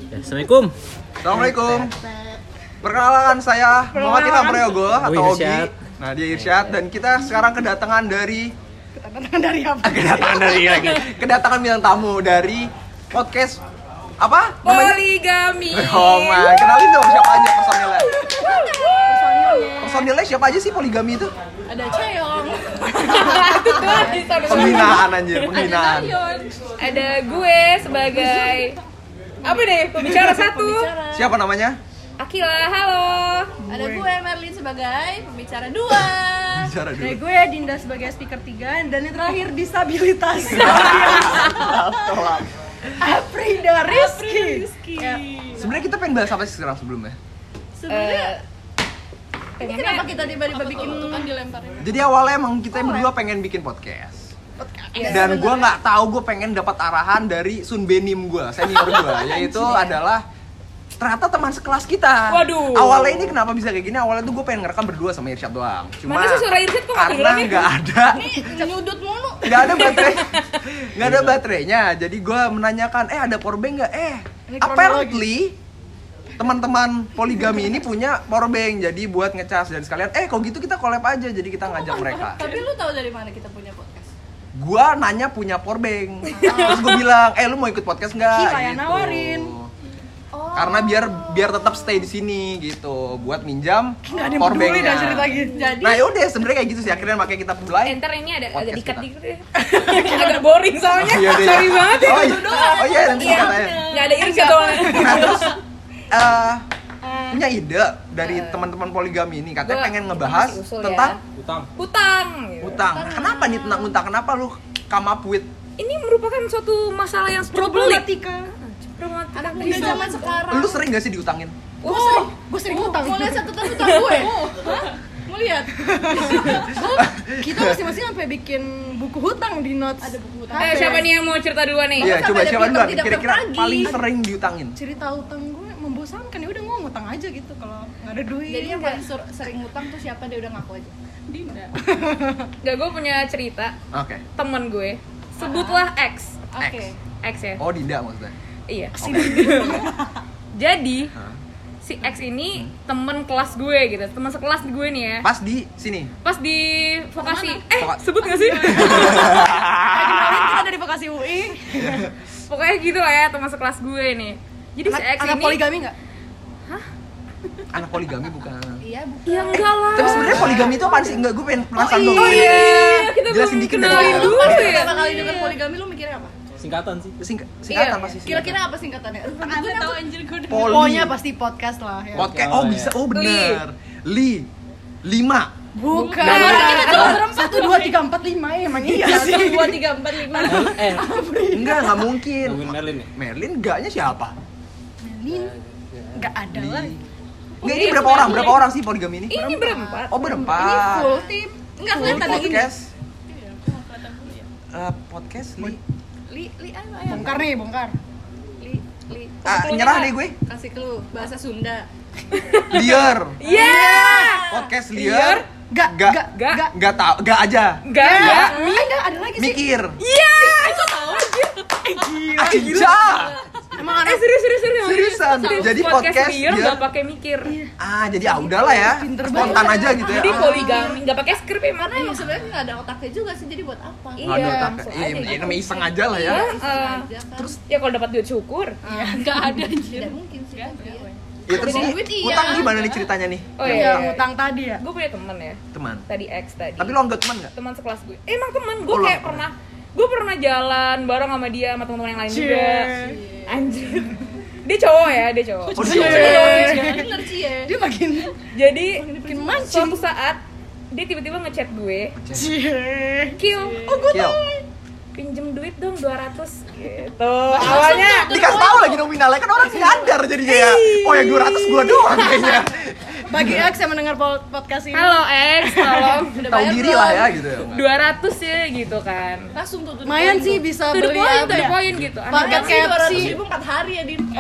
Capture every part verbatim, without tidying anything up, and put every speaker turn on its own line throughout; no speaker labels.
Ya, Assalamualaikum.
Assalamualaikum. Perkenalkan saya Muhammad Ilham Prayogo atau Ogi. Nah, dia Irsyad dan kita sekarang kedatangan dari
Kedatangan dari apa?
kedatangan dari lagi. Kedatangan bintang tamu dari podcast apa?
Poligami.
Oh my, kenalin dong siapa aja personilnya.
Personilnya.
Personilnya siapa aja sih Poligami itu?
Ada Ceong.
Pembinaan anjir, pembinaan.
Ada gue sebagai apa deh? Pembicara satu.
Siapa namanya?
Akila, halo.
Ada gue Merlin sebagai pembicara dua.
Bicara
Ada
dulu.
gue Dinda sebagai speaker tiga dan yang terakhir disabilitas.
Tolong.
Afrida Rizky. Ya.
Sebenarnya kita pengen bahas apa sih sekarang sebelumnya?
Sebenarnya
Eh,
ini kenapa kita tiba-tiba bikin kan dilemparin?
Jadi awalnya emang kita berdua pengen bikin podcast.
Iya,
Dan gue nggak tahu gue pengen dapat arahan dari Sun Benim gue, senior gue, yaitu adalah ternyata teman sekelas kita.
Waduh.
Awalnya ini kenapa bisa kayak gini? Awalnya tuh gue pengen ngerekam berdua sama Irsyad doang. Cuma
Mana sih suara Irsyad kok nggak
karena
kedengeran ya?
nggak ada,
Nyudut mulu.
nggak ada baterai, nggak ada baterainya. Jadi gue menanyakan, eh ada powerbank nggak? Eh,
Ini
apparently teman-teman Poligami ini punya powerbank. Jadi buat ngecas dan sekalian, eh kok gitu kita collab aja. Jadi kita ngajak mereka.
Tapi lu tahu dari mana kita punya podcast?
Gua nanya punya powerbank, terus gue bilang, eh lu mau ikut podcast nggak?
Gila ya, nawarin.
Oh. Karena biar biar tetap stay di sini gitu, buat minjam
Nggak ada yang peduli dah cerita gitu. Jadi
Nah yaudah sebenarnya kayak gitu sih, akhirnya makanya kita mulai.
Enter ini ada agak
Podcast
dikat
kita.
dikit ya. Agak boring soalnya.
Oh, iya deh.
Sorry banget ya.
Oh iya, oh iya nanti
Iya.
katanya.
Nggak ada Irsyad soalnya.
Nah terus eh, punya ide dari teman-teman Poligami ini, katanya
Gua
pengen ngebahas
masih usul
tentang
ya.
Utang.
Hutang. gitu.
utang. Nah, kenapa nih tentang utang? Kenapa lu come up with
Ini merupakan suatu masalah yang cukup pelik.
problematika.
Problematika.
Anak muda zaman sekarang.
lu sering gak sih diutangin?
Gue sering, gue sering utang. Mau lihat satu tas utang gue? Hah? Mau lihat? Kita masing-masing sampai bikin buku hutang di notes. Ada buku hutang.
Eh, siapa nih yang mau cerita duluan nih?
Iya,
sampai
coba
ada
siapa
piutang
duluan?
tidak
Kira-kira
berbagi.
paling sering diutangin?
Cerita utang gue membosankan, ya udah gue ngutang aja gitu kalau nggak ada duit.
Jadi yang paling sur- sering ngutang tuh siapa, dia udah ngaku aja.
Dinda.
Gak, gue punya cerita
Oke.
temen gue. Sebutlah X.
Oke.
X ya.
Oh, Dinda maksudnya.
Iya.
Oke.
Jadi
Hah?
si X ini temen kelas gue gitu, teman sekelas gue nih ya.
Pas di sini.
Pas di vokasi, eh
Voka-
sebut gak sih?
Kenalin kita dari Vokasi U I.
Pokoknya gitu lah ya, teman sekelas gue nih. Jadi si
Anak,
X
anak
ini,
poligami nggak?
Anak poligami bukan.
Iya, bukan.
ya enggak lah.
Tapi sebenarnya poligami itu apaan sih? Enggak, gue pengen penasaran dong.
Oh iya, kita
Jelasin
belum
dikit
kenalin
dong.
dulu
Pas
ya.
pertama kali denger poligami lu mikirnya apa?
Singkatan sih.
Singkat, singkatan
Iya.
pasti sih.
Kira-kira apa singkatannya? Gue tahu anjir gue.
Poli.
Pokoknya pasti podcast lah ya.
Podcast. Oh, bisa. Oh, bener. Li. Lima.
Bukan.
Bukan.
Kita cuma berempat. Satu, dua, tiga, empat, lima. Ya, emang iya sih.
Satu, dua, tiga, empat, lima.
Eh,
Enggak, enggak mungkin.
nungguin Merlin nih.
Merlin enggaknya siapa?
Merlin. Nggak ada lah.
Enggak, ini berapa orang? Berapa orang sih poligami ini?
Ini berempat.
Oh,
Ini
berempat.
full tim. Enggak
Full
kelihatan yang ini.
podcast. Eh, podcast Li.
Li, li ayo, ayo.
Bongkar nih, bongkar.
Li, li.
Ah, nyerah deh gue.
Kasih clue bahasa Sunda.
Liar.
Iya.
Podcast liar.
Gak,
Gak.
gak,
Gak.
gak.
Enggak tahu, enggak aja.
Enggak.
Enggak, ada, ada lagi sih.
Mikir.
Iya.
Aja.
Emang
Eh
anak
serius serius serius.
Seriusan. Jadi podcast
liar
dia.
nggak pakai mikir.
Ah, jadi ah udahlah ya.
Pinter
Spontan aja gitu ya.
Jadi
Ah.
poligami nggak pakai skrip ya mana?
Karena sebenarnya nggak ada otaknya juga sih, jadi buat apa?
Iya.
Aduh, tak,
langsung
iya,
aja
ini
gitu.
namanya iseng aja lah ya.
Iya.
Iseng
Eh,
aja kan.
Terus
Ya kalau dapat duit syukur.
nggak ada anjir. Tidak mungkin sih. Kan, iya.
ya terus
Dari
ini
duit iya.
utang gimana nih ceritanya nih?
Oh
yang
iya.
utang tadi ya.
Gue punya temen ya.
Teman.
Tadi X tadi.
Tapi lo enggak teman enggak?
Teman sekelas gue. Eh, emang teman gue
Oh, lo
kayak
pernah.
pernah. Gue pernah jalan bareng sama dia sama teman-teman yang lain juga.
Cie.
Anjir. Dia cowok ya, dia cowok.
Oh,
Cie.
dia
Bener sih ya.
Dia makin
Jadi
makin mancing.
suatu saat dia tiba-tiba ngechat gue,
Cie.
"Kill, oh gue
Kill.
pinjem duit dong dua ratus gitu. Awalnya
Dikasih tahu lagi nominalnya kan orang nyadar jadinya ya. Oh ya dua ratus gua doang kayaknya.
Bagi X yang mendengar po- podcast ini.
halo X, tolong
Tahu diri lah ya gitu ya.
dua ratus ya gitu kan.
Langsung tuh.
Lumayan sih bisa
To the
beli
point,
apa
to the
ya?
point gitu.
Paket
Anak-
K F C.
dua ratus ribu empat hari ya, Din.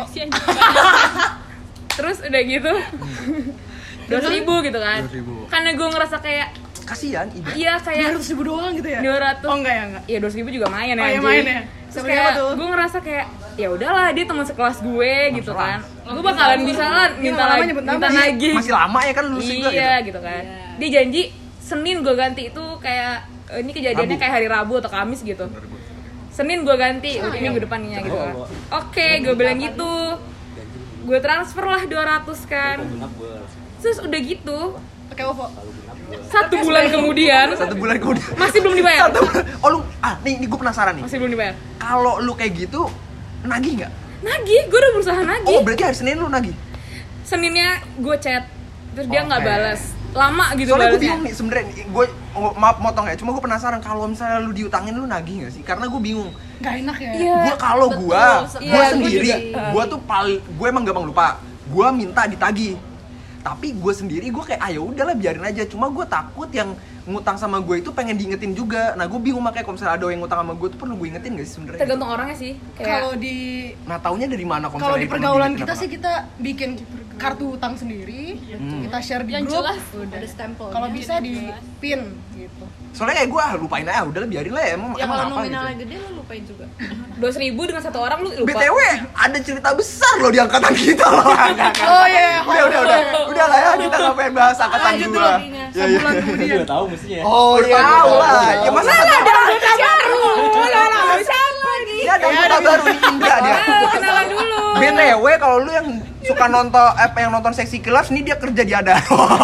Terus udah gitu dua ratus ribu gitu kan.
dua ratus ribu.
Karena gue ngerasa kayak
Kasihan ibu.
iya
Dua
kayak
ratus ribu doang gitu ya?
dua ratus.
Oh enggak ya enggak.
Iya dua ratus ribu juga main ya.
Oh, iya,
anjing.
main ya.
Terus
Sama
kayak
siapa tuh?
gue ngerasa kayak ya udahlah dia teman sekelas gue gitu kan, gue bakalan bisa lah minta lagi, minta nagih.
Masih lama ya kan lulus juga
iya
gitu.
gitu kan. Dia janji Senin gue ganti, itu kayak eh, ini kejadiannya
Rabu.
kayak hari Rabu atau Kamis gitu. Senin gue ganti, udah minggu depannya gitu kan. Oke, gue bilang gitu. Gue transfer lah dua ratus kan. Terus udah gitu,
Pakai OVO.
satu bulan kemudian
Satu bulan kemudian
masih belum dibayar.
Satu bulan. Oh lu, ah nih, nih gue penasaran nih.
Masih belum dibayar.
Kalau lu kayak gitu, nagih nggak?
Nagih, gue udah berusaha nagih.
Oh berarti hari Senin lu nagih?
Seninnya gue chat, terus dia nggak
Oke.
balas. Lama gitu
Soalnya gue
balasnya.
bingung nih sebenernya, gue oh, maaf motong ya, cuma gue penasaran kalau misalnya lu diutangin lu nagih nggak sih? Karena gue bingung.
Gak enak ya.
Iya.
Gue kalau
betul.
gue,
Iya,
gue
gua
sendiri,
juga.
gue tuh paling, gue emang gampang lupa. Gue minta ditagih. Tapi gue sendiri gue kayak ayo udahlah biarin aja. Cuma gue takut yang ngutang sama gue itu pengen diingetin juga. Nah gue bingung makanya kalau misalnya ada yang ngutang sama gue tuh perlu gue ingetin gak sih sebenarnya?
Tergantung orangnya sih.
Kalau
Kayak
di
Nah taunya dari mana kalau
kalau
misalnya
di
perlu
pergaulan
diingetin
kita
apa?
sih kita bikin kartu utang sendiri,
Hmm.
kita share di
Yang
grup.
jelas
Udah.
ada stempelnya.
Kalau bisa di pin gitu.
Soalnya kayak gue ah, lupain aja udahlah biarin lah ya emang,
Ya
emang
kalau
apa
nominalnya
gitu.
gede lo lupain juga.
dua ribu dengan satu orang lu lupa.
B T W ada cerita besar loh di angkatan kita loh.
Oh iya,
udah udah udah udah lah ya kita nggak pengen bahas angkatan
Lanjut
gue.
dulu, Dina.
Ya, ya.
Sebulan
Gue
kemudian.
juga tahu mestinya.
Oh iya tahu lah. Ya masa ada
Ada anggota baru. Ada anggota siapa lagi?
dia ada anggota baru nih Indra dia.
Ah, kenalan dulu.
B T W kalau lu yang suka nonton apa yang nonton Seksi Kelas nih dia kerja di ada.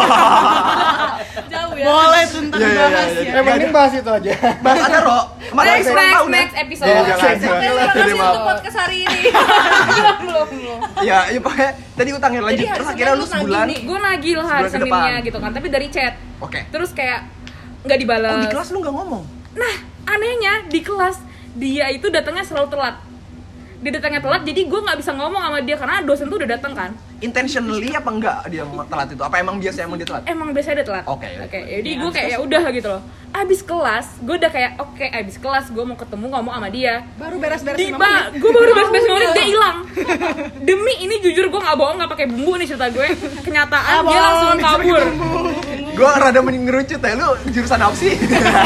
Jauh ya.
Boleh tuh ntar
Iya, iya,
dibahas
iya,
ya.
iya.
Mending bahas itu aja.
Bahas ada Ro. Kemarin
Next,
ulang
next,
tahun ya.
next episode.
Iya, jangan.
Oke, terima
Jadi
kasih
maaf.
untuk podcast hari ini.
Belum, belum, belum.
Ya, ya pokoknya tadi utangnya lanjut.
Jadi
Terus
hari
akhirnya
Senin
lu
lu nagih
sebulan.
nih.
Gue nagih lah hari
Sebulan ke
Seninnya
depan.
gitu kan, tapi dari chat.
Oke.
Terus kayak nggak dibalas.
Oh di kelas lu nggak ngomong?
Nah, anehnya di kelas dia itu datangnya selalu telat. Dia datangnya telat, jadi gue nggak bisa ngomong sama dia karena dosen tuh udah datang kan.
Intentionally apa enggak dia telat itu? Apa emang biasa emang dia telat?
Emang biasanya dia telat.
Oke.
Oke, jadi gue kayak ya udah gitu loh. Abis kelas, gue udah kayak oke, abis kelas gue mau ketemu ngomong sama dia.
Baru beres-beres
Di
lima
ba,
menit.
gue baru beres-beres ngomong dia hilang. Demi ini jujur gue nggak bohong, nggak pakai bumbu nih cerita gue. Kenyataan dia
bohong,
langsung
ini
kabur.
Gue rada mengerucut ya, lu jurusan apa sih?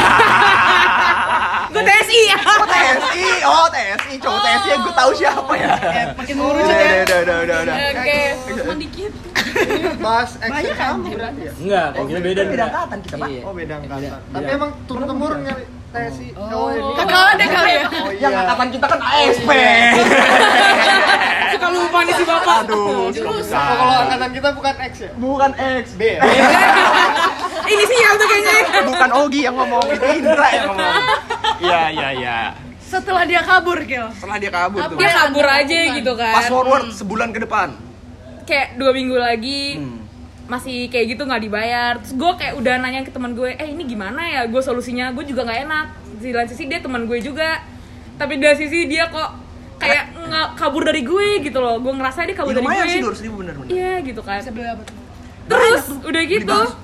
Gue T S I ya.
Oh T S I, oh T S I, cowok T S I yang gue tahu siapa ya.
Makin
Udah,
mengerucut
udah,
ya.
udah, udah, udah, udah.
Oke.
Cuma dikit.
Bahas
Banyak kan?
Enggak, kalau kita beda nih.
Beda angkatan kita, Pak.
Oh, beda angkatan.
Tapi emang turun temurun kali T S I.
Oh, ini.
Kakak ada kali ya.
Oh
Yang angkatan kita kan A S P.
Suka lupa nih si bapak.
Aduh,
Jurusan.
Oh, kalau angkatan kita bukan X ya?
bukan X.
B ya?
Ini sih yang tuh kayaknya.
Bukan Ogi yang ngomong, itu Indra yang ngomong. Iya, iya, iya.
Setelah dia kabur, Gil.
Setelah dia kabur tuh.
Dia kabur aja gitu kan.
Fast forward sebulan ke depan.
Kayak dua minggu lagi.
Hmm.
Masih kayak gitu nggak dibayar. Terus gue kayak udah nanya ke teman gue, eh ini gimana ya gue solusinya. Gue juga nggak enak. Di lain sisi dia teman gue juga, tapi dari sisi dia kok kayak nggak kabur dari gue gitu loh. Gue ngerasa dia kabur
Ya,
dari
lumayan
gue.
sih dua ratus ribu bener-bener.
Iya gitu kan.
Bisa beli apa tuh?
Terus udah
Beli
gitu,
bakso.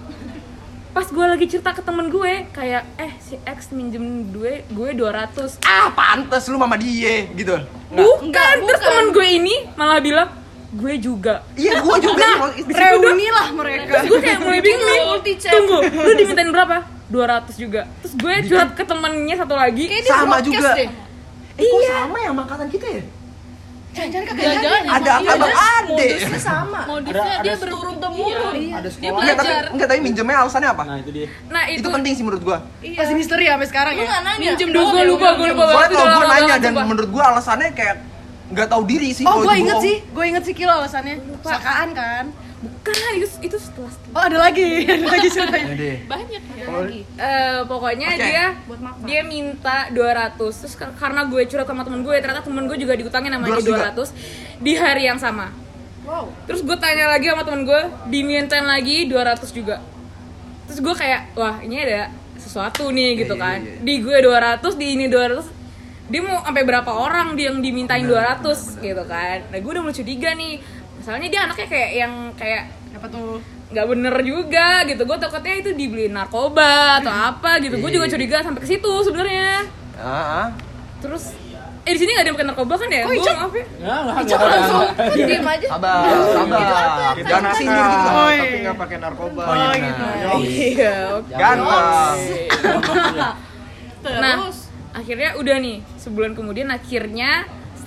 pas gue lagi cerita ke temen gue kayak eh si X minjem gue gue dua ratus.
Ah, pantes lu mama dia gitu.
Bukan,
Enggak,
terus
bukan.
temen gue ini malah bilang gue juga.
Iya, gua juga.
Nah,
Itu-
Reuni lah mereka.
Terus gue kayak mulai bingung nih.
Multi chat.
Tunggu, lu dimintain berapa? dua ratus juga. Terus gue curhat ke temennya satu lagi.
Kayak dia
Sama
broadcast
juga.
deh.
Eh, kok sama ya sama angkatan kita ya?
Jangan-jangan kakak
Jangan-jangan
Ada
emang
abang
iya,
ade.
modusnya sama. Modusnya
Ada-
dia
ada-
berturun temurun.
Ada
Dia
sekolah.
Enggak, tapi
belajar.
enggak tapi minjemnya alasannya apa?
Nah, itu dia.
Nah itu,
Itu penting sih menurut gua.
Iya.
masih misteri ya sampai sekarang
Lu
ya.
nggak nanya.
minjem dulu,
Oh,
gue
ya
lupa,
udah,
gue
minjem.
lupa.
Soalnya
Itu
kalau
udah
gua
lama
nanya
banget,
dan
sumpah.
menurut gua alasannya kayak nggak tahu diri sih.
Oh,
kalau
gue
itu
inget
bohong.
sih, gue inget sih Kilo alasannya. Sangkaan kan.
Bukan, itu, itu setelah
Oh ada lagi, ada lagi ceritanya.
Ya deh.
Banyak ya lagi.
Eh, pokoknya
Oke.
dia
Buat makan.
dia minta dua ratus. Terus kar- karena gue curhat sama temen gue, ternyata temen gue juga diutangin sama dia
dua ratus juga?
dua ratus di hari yang sama.
Wow.
Terus gue tanya lagi sama temen gue, dimintain lagi dua ratus juga. Terus gue kayak, wah ini ada sesuatu nih gitu
Iya,
kan.
iya, iya.
Di gue dua ratus, di ini dua ratus. Dia mau sampai berapa orang dia yang dimintain dua ratus gitu kan. Nah gue udah mulai curiga nih. Masalahnya dia anaknya kayak yang kayak
Apa tuh?
nggak bener juga gitu. Gue takutnya itu dibeli narkoba atau apa gitu. Gue juga curiga sampai ke situ sebenarnya.
Ah, ah.
Terus eh di sini nggak ada yang pakai narkoba kan ya? Gue maaf ya.
Enggak, enggak, enggak.
Diam aja.
Sabar, sabar. Dana sindir gitu.
Oh,
Tapi
iya.
nggak pakai narkoba.
Oh, iya,
gitu.
Iya. oke.
Ganteng.
Nah,
Terus
akhirnya udah nih sebulan kemudian akhirnya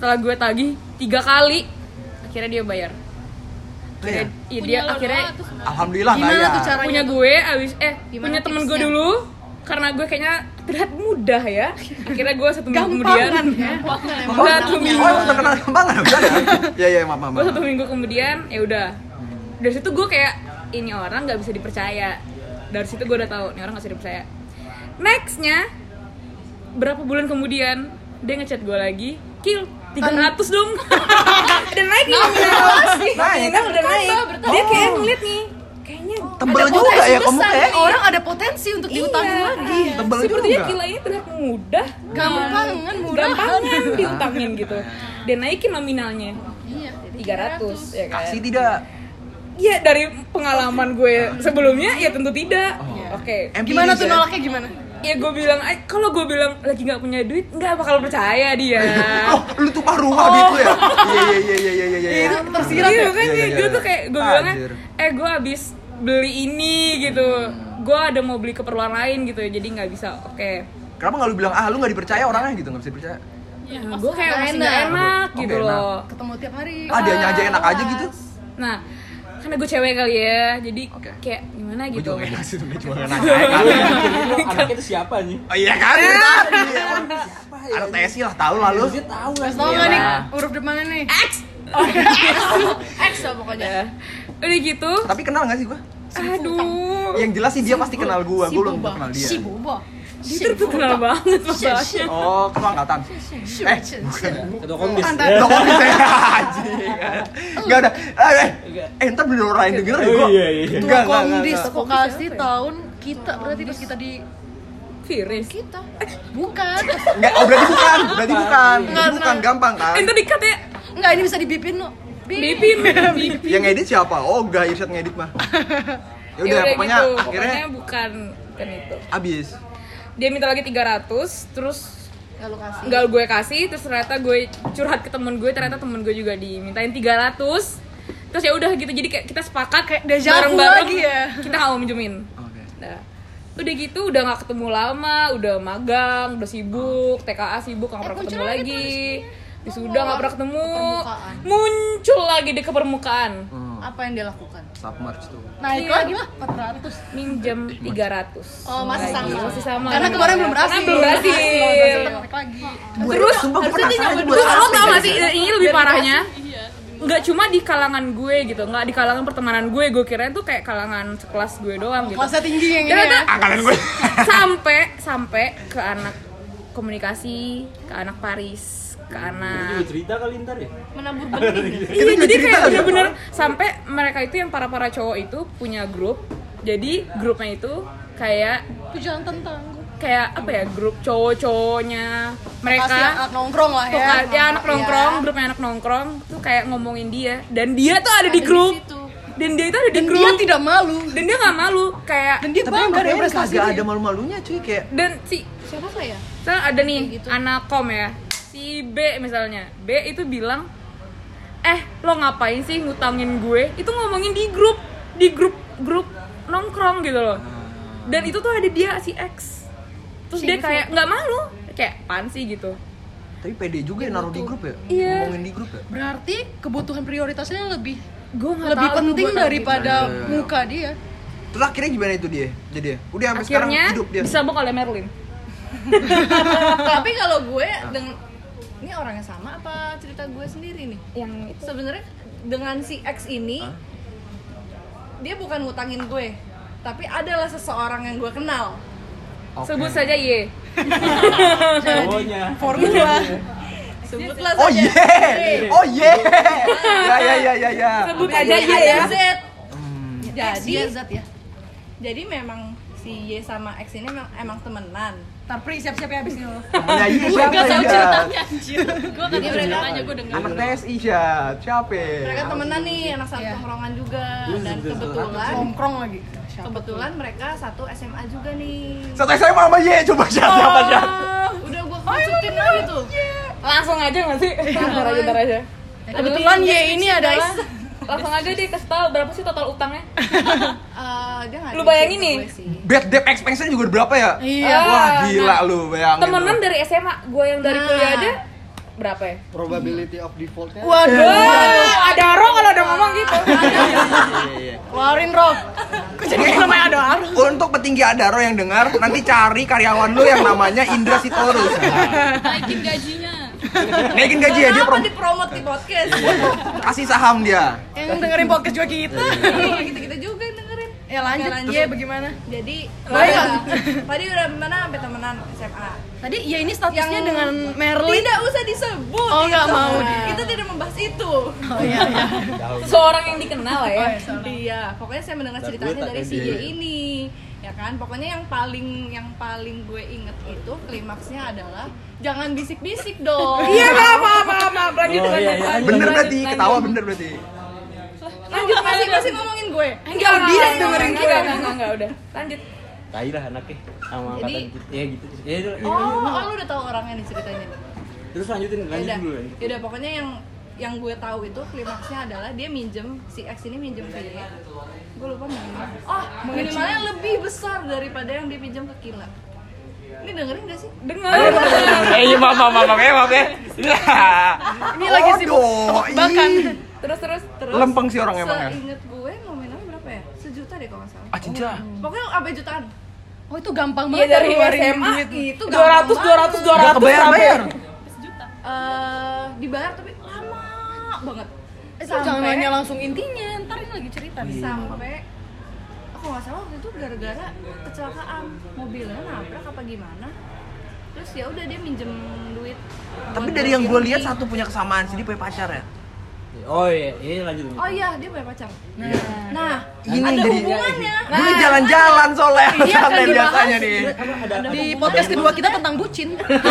setelah gue tagih tiga kali akhirnya dia bayar.
Iya.
Iya dia akhirnya
Alhamdulillah
Gimana
bayar.
tuh caranya?
punya gue abis eh
Gimana
punya temen gue
tipsnya?
dulu karena gue kayaknya terlihat mudah ya. Akhirnya gue satu minggu kemudian
ya.
Oh,
satu minggu
oh, udah kenal gampangan udah. Iya iya maaf maaf.
gue satu minggu kemudian ya udah dari situ gue kayak ini orang nggak bisa dipercaya. Dari situ gue udah tahu ini orang nggak bisa dipercaya. Nextnya berapa bulan kemudian dia ngechat gue lagi, kill tiga ratus dong. Dan naik nih
Naik.
kan udah naik. Dia kayak ngeliat nih kayaknya
Tebel
Ada
juga
potensi
ya kamu
besar
kayak.
nih. Orang ada potensi untuk diutangin
Iya.
lagi.
Tebel
sepertinya
juga.
gila ini terlihat mudah,
Gampangan, murah.
gampangan diutangin gitu. Dan naikin nominalnya
Iya.
tiga ratus ya kan.
Kasih tidak.
Iya dari pengalaman gue sebelumnya ya tentu tidak. Oke.
Empiris
Gimana tuh
ya?
nolaknya gimana?
Ya gue bilang, eh, kalau gue bilang lagi nggak punya duit, nggak bakal percaya dia.
Oh, lu tumpah ruah gitu ya? Iya iya iya iya iya iya.
Itu tersirat
Iya
ya?
kan
Iya, iya,
gue
iya.
tuh kayak gue bilangnya,
Anjir.
eh gue abis beli ini gitu, gue ada mau beli keperluan lain gitu, jadi nggak bisa. Oke.
Kenapa nggak lu bilang ah lu nggak dipercaya orangnya gitu nggak bisa dipercaya?
Nah, gue kayak
nggak
masih nggak
enak.
enak
Oh,
gitu
nggak enak.
loh.
Ketemu tiap hari.
Ah dianya aja enak aja gitu?
Nah, karena gue cewek kali ya, jadi
Oke.
kayak gimana
Gue
gitu.
juga nggak sih sebenarnya cuma nanya.
Lu anaknya itu siapa nih?
Oh iya kan? Tadi. Anak T S I lah tahu lah lu.
Dia tahu nggak sih?
Tahu nggak nih
Iya.
huruf depannya nih?
X.
X lah pokoknya.
Ya. Udah gitu.
Tapi kenal nggak sih gua?
Aduh.
Yang jelas sih dia pasti kenal gua,
Si
gua belum
Boba.
kenal dia.
Si Boba.
Dia tuh kenal banget masalahnya.
Oh, ketua angkatan. Eh, bukan.
Ketua komdis.
Lo kok bisa anjing. Enggak ada. Eh, eh, entar bener orang lain denger ya
Oh,
gua.
iya, iya.
Ketua
Enggak, enggak,
Komdis
enggak.
vokasi tahun kita berarti pas kita di
Viris.
Kita.
bukan.
Enggak, oh berarti bukan. Berarti bukan.
Enggak,
Berarti bukan gampang kan?
Eh, tadi dikat ya.
Enggak, ini bisa dibipin lo.
Bipin, bipin.
Yang ngedit siapa? Oh, enggak, Irsyad ngedit mah. Ya udah, pokoknya
gitu.
akhirnya
Pokoknya bukan bukan itu.
abis.
Dia minta lagi tiga ratus, terus
Enggak lu kasih.
nggak gue kasih, terus ternyata gue curhat ke temen gue, ternyata temen gue juga dimintain tiga ratus. Terus ya udah gitu, jadi kayak kita sepakat
Kayak deja vu
bareng-bareng
lagi ya.
kita nggak mau minjemin.
Oke.
Nah, udah gitu udah nggak ketemu lama, udah magang, udah sibuk, T K A sibuk nggak pernah ketemu lagi. Wisuda nggak pernah ketemu,
Permukaan.
muncul lagi di ke permukaan.
Hmm.
Apa yang dia lakukan?
Submerge tuh.
Naik
Iya.
lagi lah empat ratus.
Minjem tiga ratus.
Oh, masih
Lagi,
sama.
masih sama.
Karena kemarin belum berhasil.
Karena belum berhasil.
Naik lagi.
Terus
Sumpah gue
harusnya dia
penasaran
nyampe
buat
dulu. Lo
apa
tau
ya?
gak sih ini lebih parahnya? Nggak cuma di kalangan gue gitu, nggak di kalangan pertemanan gue. Gue kirain tuh kayak kalangan sekelas gue doang gitu.
Kelasnya tinggi yang ini
Ternyata
ya.
Angkatan gue.
sampai sampai ke anak komunikasi, ke anak Paris, ke
Lu
anak
juga cerita kali ntar ya?
Menabur benih.
iya
Itu
jadi
cerita
kayak
ya?
bener-bener sampai mereka itu yang para para cowok itu punya grup. Jadi grupnya itu kayak
Itu jangan tentang.
kayak apa ya, grup cowok-cowoknya mereka
Pasti anak nongkrong lah ya.
Pokoknya ya anak nongkrong,
Iya.
grupnya anak nongkrong tuh kayak ngomongin dia, dan dia tuh ada di grup, dan dia itu ada di
Dan
grup,
dia tidak malu.
dan dia nggak malu kayak,
Dan dia
Tapi
bangga
emang
dengan
kayaknya
prestasinya.
kagak ada malu-malunya cuy kayak
dan si
Siapa saya?
misalnya ada nih
Kayak gitu.
anak kom ya, si B misalnya, B itu bilang, eh lo ngapain sih ngutangin gue, itu ngomongin di grup, di grup grup nongkrong gitu loh, dan itu tuh ada dia si X, terus dia kayak nggak malu, kayak apaan sih gitu.
tapi pede juga ya naruh di grup ya?
Iya.
Ngomongin di grup ya?
Berarti kebutuhan prioritasnya lebih
Gue nggak
lebih
tahu tuh
penting
buat apa
daripada
gitu. Iya.
muka dia.
Terus akhirnya gimana itu dia? Jadi ya? Udah sampai sekarang
akhirnya
hidup dia.
disabok oleh Merlin.
Tapi kalau gue dengan ini orangnya sama apa cerita gue sendiri nih?
Yang itu
Sebenarnya dengan si X ini
Hah?
dia bukan ngutangin gue, tapi adalah seseorang yang gue kenal.
Oke.
sebut saja Y.
Cowoknya.
Formula.
Sebutlah
Oh
saja.
yeah. Oh yeah. Ya ya ya ya ya.
Sebut
Jadi
aja Y
ada
ya.
Z.
Hmm.
Jadi
Dia zat ya.
jadi memang si Y sama X ini memang emang temenan.
Ntar Pri siap-siap ya abis ini lo.
Temennya Iya siapa
Gak tahu
ya?
ceritanya anjir. Gue kan
Dia
mereka
tanya,
gue denger.
Anak T S I siapa? Siapa?
Mereka temenan nih, anak satu
Iya.
tongkrongan juga,
Lu
dan
sebut
kebetulan
Nongkrong lagi.
kebetulan mereka satu S M A juga nih.
Satu S M A sama Y, coba siapa siapa siapa?
Udah gue kerucutin lagi tuh.
Langsung aja nggak sih? Ntar aja, ntar aja.
Kebetulan Y ini adalah
Langsung aja deh kasih tahu berapa sih total utangnya.
Eh, dia nggak
Lu
ada
bayangin
cerita
nih.
gue sih.
Bad debt expense juga berapa ya?
Iya.
Wah
Ah,
gila lu bayangin.
Temenan
lu.
dari S M A, gue yang dari
Nah.
kuliah aja Berapa ya?
Probability of defaultnya.
Waduh.
Ada Ro kalau udah ngomong gitu.
Keluarin Rob. Kok jadi namanya ada Aro?
Untuk petinggi Adaro yang dengar, nanti cari karyawan lu yang namanya Indra Sitorus.
Naikin gajinya.
Naikin gaji ya dia,
Kenapa
prom-
dipromot di podcast?
kasih saham dia.
Yang dengerin podcast juga kita.
Iya, kita-kita juga yang dengerin.
Ya lanjut,
Oke, lanjut.
iya bagaimana?
Jadi,
Baik.
udah, tadi udah mana sampai temenan S M A.
Tadi ya ini statusnya
Yang
dengan Merlin.
Tidak usah disebut.
Oh, nggak
itu.
mau.
Kita tidak membahas itu.
Oh iya iya.
Seseorang yang dikenal lah ya.
Iya, pokoknya saya mendengar ceritanya dari si J ini. Ya kan, pokoknya yang paling yang paling gue inget itu klimaksnya adalah jangan bisik-bisik dong.
Iya, maaf, maaf, maaf, maaf. Lanjut,
Oh, iya,
lanjut,
iya.
lanjut,
Bener
lanjut,
berarti,
lanjut.
ketawa bener berarti.
Lanjut masih masih ngomongin gue.
Enggak, dia dengerin gue. Enggak, enggak, enggak, udah. Lanjut.
Tai lah anaknya sama
Jadi-
angkatan kita. Ya gitu. Ya itu.
Oh, oh lu udah tahu orangnya nih ceritanya.
Terus lanjutin, lanjut
Yaudah,
dulu. lanjut.
yaudah pokoknya yang yang gue tahu itu klimaksnya adalah dia minjem si X ini minjem ke dia. Gue lupa minimal. Oh, minimalnya lebih besar daripada yang dia pinjam ke Kila. Ini dengerin gak sih?
Dengar.
Eh, iya maaf, maaf, maaf, ya, maaf ya.
Ini lagi sibuk
Aduh,
bahkan.
ih.
Terus, terus.
Terus
Lempeng sih orang emang ya.
seinget gue nominalnya berapa ya? Sejuta deh kalau nggak salah.
Ah, cinca.
Pokoknya sampai jutaan.
Oh itu gampang
Iya,
banget
dari
ngeluarin
S M A
duit.
Itu
dua ratus, dua ratus, dua
Gak
ratus.
kebayar-bayar.
Eh, dibayar tapi lama banget.
Itu jangan nanya langsung intinya, ntar ini lagi cerita nih.
Sampai aku nggak salah waktu itu gara-gara kecelakaan mobilnya nabrak apa gimana. Terus ya udah dia minjem duit.
Tapi
buat
dari yang gue
ganti
lihat
rugi.
satu punya kesamaan sih, dia punya pacar ya.
Oh iya, iya lanjut. lanjut.
Oh iya, dia punya pacar. Nah, nah
Ini
ada
dari-
hubungannya.
Gue jalan-jalan soalnya,
Iya, kan
santai
dibahas.
biasanya nih.
Di podcast kedua kita tentang bucin.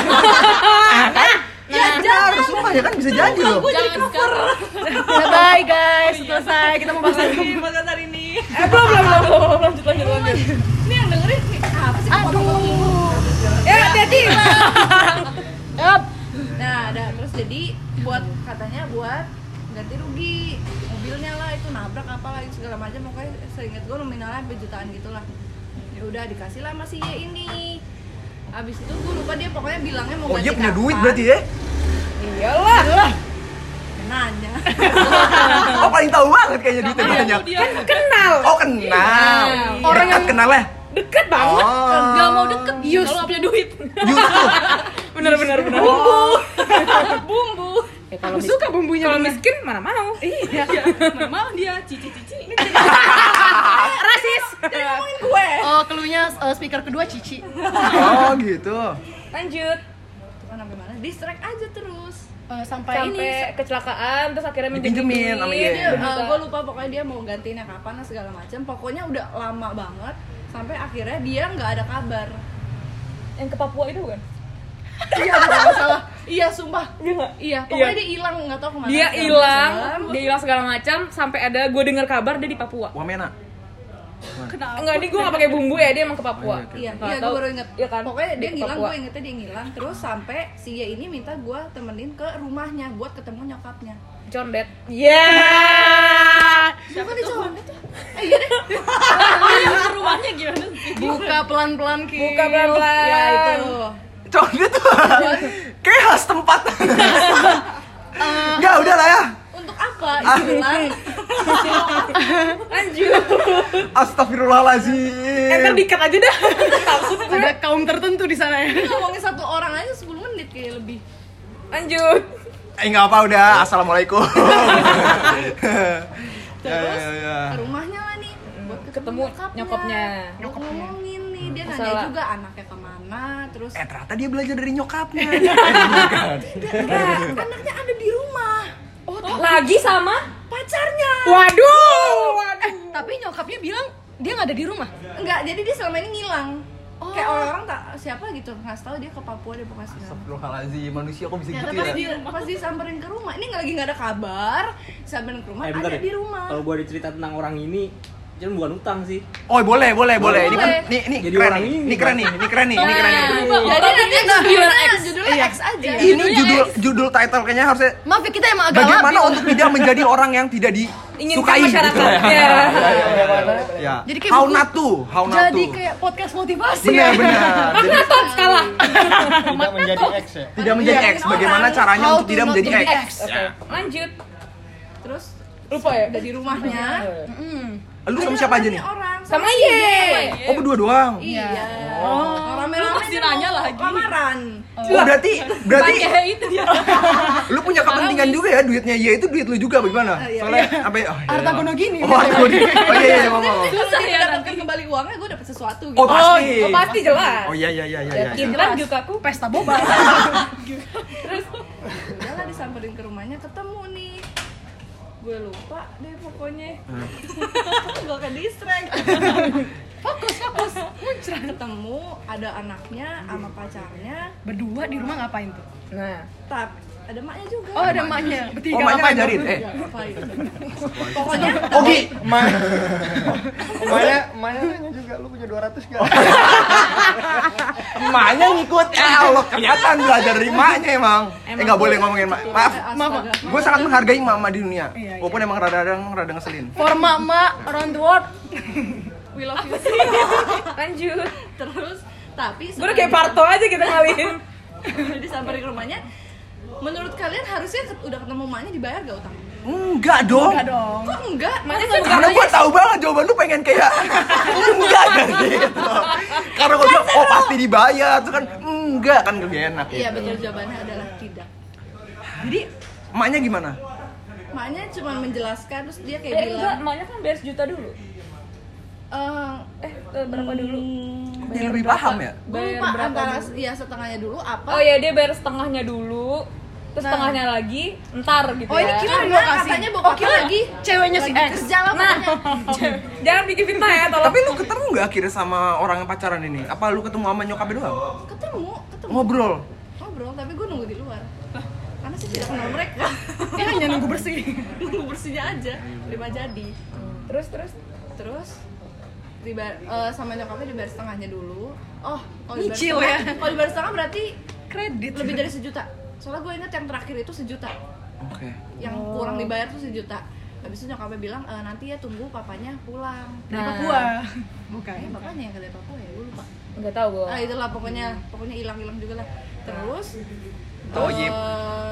Ya,
Nah,
jangan.
harus sumpah ya kan bisa jadi loh.
Gue jadi cover.
Bye guys, selesai. Kita mau bahas lagi.
Lagi podcast hari ini.
Eh, belum, belum, belum, belum. Lanjut, lanjut, lanjut.
Ini yang dengerin nih, apa sih?
Aduh.
Ya, hati-hati.
Yap.
Nah, ada terus jadi buat katanya buat ganti rugi mobilnya lah, itu nabrak apa lagi segala macam, pokoknya seingat gue nominalnya sampai jutaan gitulah. Ya udah dikasih lah masih ya ini. Abis itu gue lupa dia pokoknya bilangnya mau
Oh
ganti
dia punya
kapan.
duit berarti ya?
Iyalah.
Nanya.
Oh paling tahu banget kayaknya duitnya banyak.
Kan kenal.
Oh kenal.
Orang
Dekat
yang-
kenal ya?
Deket banget.
Oh.
Gak mau deket
Yus.
kalau punya duit.
Yusuf.
Bener, bener, bener.
Bumbu.
Ya,
Aku suka bumbunya.
Kalau
bener.
miskin mana mau? Iya.
Mana mau dia cici-cici.
Rasis.
Jangan ngomongin gue.
Oh, keluarnya uh, speaker kedua Cici.
Oh gitu.
Lanjut.
Bukan sampai mana? Distract aja terus.
Uh, sampai, ini
Sampai kecelakaan terus akhirnya
Dipinjemin sama dia.
Dia,
Iya.
gue lupa pokoknya dia mau gantiinnya kapan lah segala macam. Pokoknya udah lama banget sampai akhirnya dia nggak ada kabar.
Yang ke Papua itu bukan?
Iya, kalau nggak salah. Iya, sumpah.
Iya nggak?
Iya, pokoknya
Iya.
dia hilang nggak tahu kemana.
Dia
segala
hilang,
macam.
dia hilang segala macam sampai ada gue dengar kabar dia di Papua.
Wamena.
Enggak, ini gue nggak pakai bumbu ya, dia emang ke Papua.
Oh, iya, oke.
Iya,
Nggak
iya gue
tahu.
baru inget.
Iya kan?
Pokoknya dia
ke
ngilang,
Papua.
gue ingetnya dia ngilang. Terus sampai si Ye ini minta gue temenin ke rumahnya buat ketemu nyokapnya.
Condet. Yeah.
Siapa nih cowok itu? Eh iya deh. Rumahnya gimana sih?
buka pelan-pelan Ki.
Buka pelan-pelan.
Ya itu.
Condet tuh kayak khas tempat. Enggak udah lah ya.
Untuk apa itu bilang?
Lanjut.
Astagfirullahaladzim.
Enter dikat aja dah. Takut gue.
Ada kaum tertentu di sana ya.
Ngomongin satu orang aja sepuluh menit kayak lebih.
Lanjut.
Eh nggak apa udah. Assalamualaikum. Ya,
Terus
ya, ya.
ke rumahnya lah nih buat
Ketemu nyokapnya.
Buat ngomongin nih, dia nanya
Masalah.
juga anaknya kemana, terus
Eh ternyata dia belajar dari nyokapnya.
anaknya ada di rumah.
Oh, lagi sama
Pacarnya.
Waduh.
Eh, tapi nyokapnya bilang dia nggak ada di rumah.
Enggak, jadi dia selama ini ngilang. Kayak orang-orang tak siapa gitu, nggak tahu dia ke Papua dia pokoknya segala.
Astagfirullahaladzim, manusia kok bisa
Ternyata
gitu
pas,
ya?
di, pas disamperin ke rumah, ini nggak lagi nggak ada kabar, disamperin ke rumah
Eh bentar
ada
ya.
di rumah.
Kalau gua ada cerita tentang orang ini, Jangan bukan utang sih.
Oh boleh boleh boleh. Ini kan
Boleh.
nih ini
Jadi
keren
orang
nih.
ini,
Ini keren nih. Ini keren nih. Ini keren nih.
Jadi nanti judulnya judulnya X aja.
Ini judul judul title kayaknya harusnya
Maaf ya, kita emang agak
bagaimana
labil.
untuk tidak menjadi orang yang tidak
Inginkan
disukai gitu
masyarakat.
ya.
Ya.
Ya.
Jadi kayak
How
buku-
not to, how not
Jadi
to.
kayak podcast motivasi
Benar
ya.
benar. Jadi
Top skala.
Tidak menjadi X ya.
tidak menjadi X. Bagaimana caranya
How
untuk
to
tidak
not
menjadi
to be
X?
X.
Oke, lanjut.
Terus
Lupa ya?
udah di rumahnya.
Mm.
Lu sama siapa aja nih?
Orang
Sama
si
Ye.
Oh berdua doang.
Iya.
Oh.
Rame-rame
Lu pasti nanya lagi.
Lamaran.
Oh berarti berarti
Pakai itu dia.
lu punya kepentingan juga ya duitnya Y itu duit lu juga bagaimana?
iya.
Soalnya apa ya? Oh, iya.
Harta gono gini.
Oh, harta gono gini. Oh iya iya maaf. maaf.
Susah ya dapatkan kembali uangnya, gue dapet sesuatu gitu.
Oh pasti.
Oh, pasti jelas.
Oh iya iya iya iya. iya.
Yakin lanjut aku.
Pesta boba.
Terus udahlah disamperin ke rumahnya, ketemu nih. Gue lupa deh pokoknya. Gue ke distract.
Fokus, fokus.
Ketemu ada anaknya sama pacarnya,
Berdua di rumah ngapain tuh?
Nah,
tapi ada maknya juga.
Oh, ada emaknya. Bertiga
Oh, maknya
ngapain
ngajarin.
tuh?
Eh,
Ngapain? Pokoknya
Ogi.
Emak. Emaknya, emaknya nanya juga lu punya dua ratus gak?
Emaknya ngikut. Ya Allah, kelihatan belajar dari emaknya emang. Eh enggak boleh ngomongin emak. Maaf.
Maaf, Pak.
Gue sangat menghargai mama di dunia.
Iya, iya.
Walaupun emang rada-rada rada ngeselin.
For mama around the world.
we love you.
lanjut.
Terus tapi
Gue udah kayak Parto aja kita ngalihin.
udah disamperin ke rumahnya. Menurut kalian harusnya ket- udah ketemu maknya dibayar gak utang?
Enggak dong.
Enggak dong.
Kok enggak?
Maknya kan
Karena gue tahu banget jawaban lu pengen kayak enggak kan gitu. Karena gue bilang oh pasti dibayar, tuh kan enggak kan gak enak.
Iya
gitu.
betul, jawabannya adalah tidak.
Jadi emaknya gimana?
Maknya cuma menjelaskan terus dia kayak
Eh enggak,
bilang
emaknya kan bayar sejuta dulu.
eh
Eh, eh, berapa dulu?
Dia lebih paham ya?
gue
Bayar
lupa
berapa
antara
dulu?
ya setengahnya dulu apa.
Oh ya, dia bayar setengahnya dulu. Terus
Nah.
setengahnya lagi ntar gitu
Oh, ini
ya.
kira
Karena
dua kasih.
katanya bokapnya
Oh, kira
lagi
ceweknya si
lagi
X.
kerja lah
Nah,
pokoknya.
jangan bikin fitnah ya, tolong.
Tapi lu ketemu nggak akhirnya sama orang yang pacaran ini? Apa lu ketemu sama nyokapnya doang?
Ketemu, ketemu.
Ngobrol.
Ngobrol, tapi gue nunggu di luar. Karena saya tidak kenal mereka.
Dia hanya nunggu bersih.
Nunggu bersihnya aja, lima jadi.
Terus terus
Terus dibayar, eh, sama nyokapnya dibayar setengahnya dulu. Oh, kalau dibayar
Nyicil
setengah,
ya.
kalau dibayar setengah berarti
Kredit.
lebih dari sejuta. Soalnya gue ingat yang terakhir itu sejuta.
Oke.
Yang kurang dibayar tuh sejuta. Habis itu nyokapnya bilang, e, nanti ya tunggu papanya pulang.
Dari
Nah.
Papua. Bukan.
Eh, bapaknya yang dari Papua ya, gue lupa.
enggak tahu gua.
Ah itulah pokoknya, pokoknya hilang-hilang juga lah. Terus
Oh,
eh,
yip.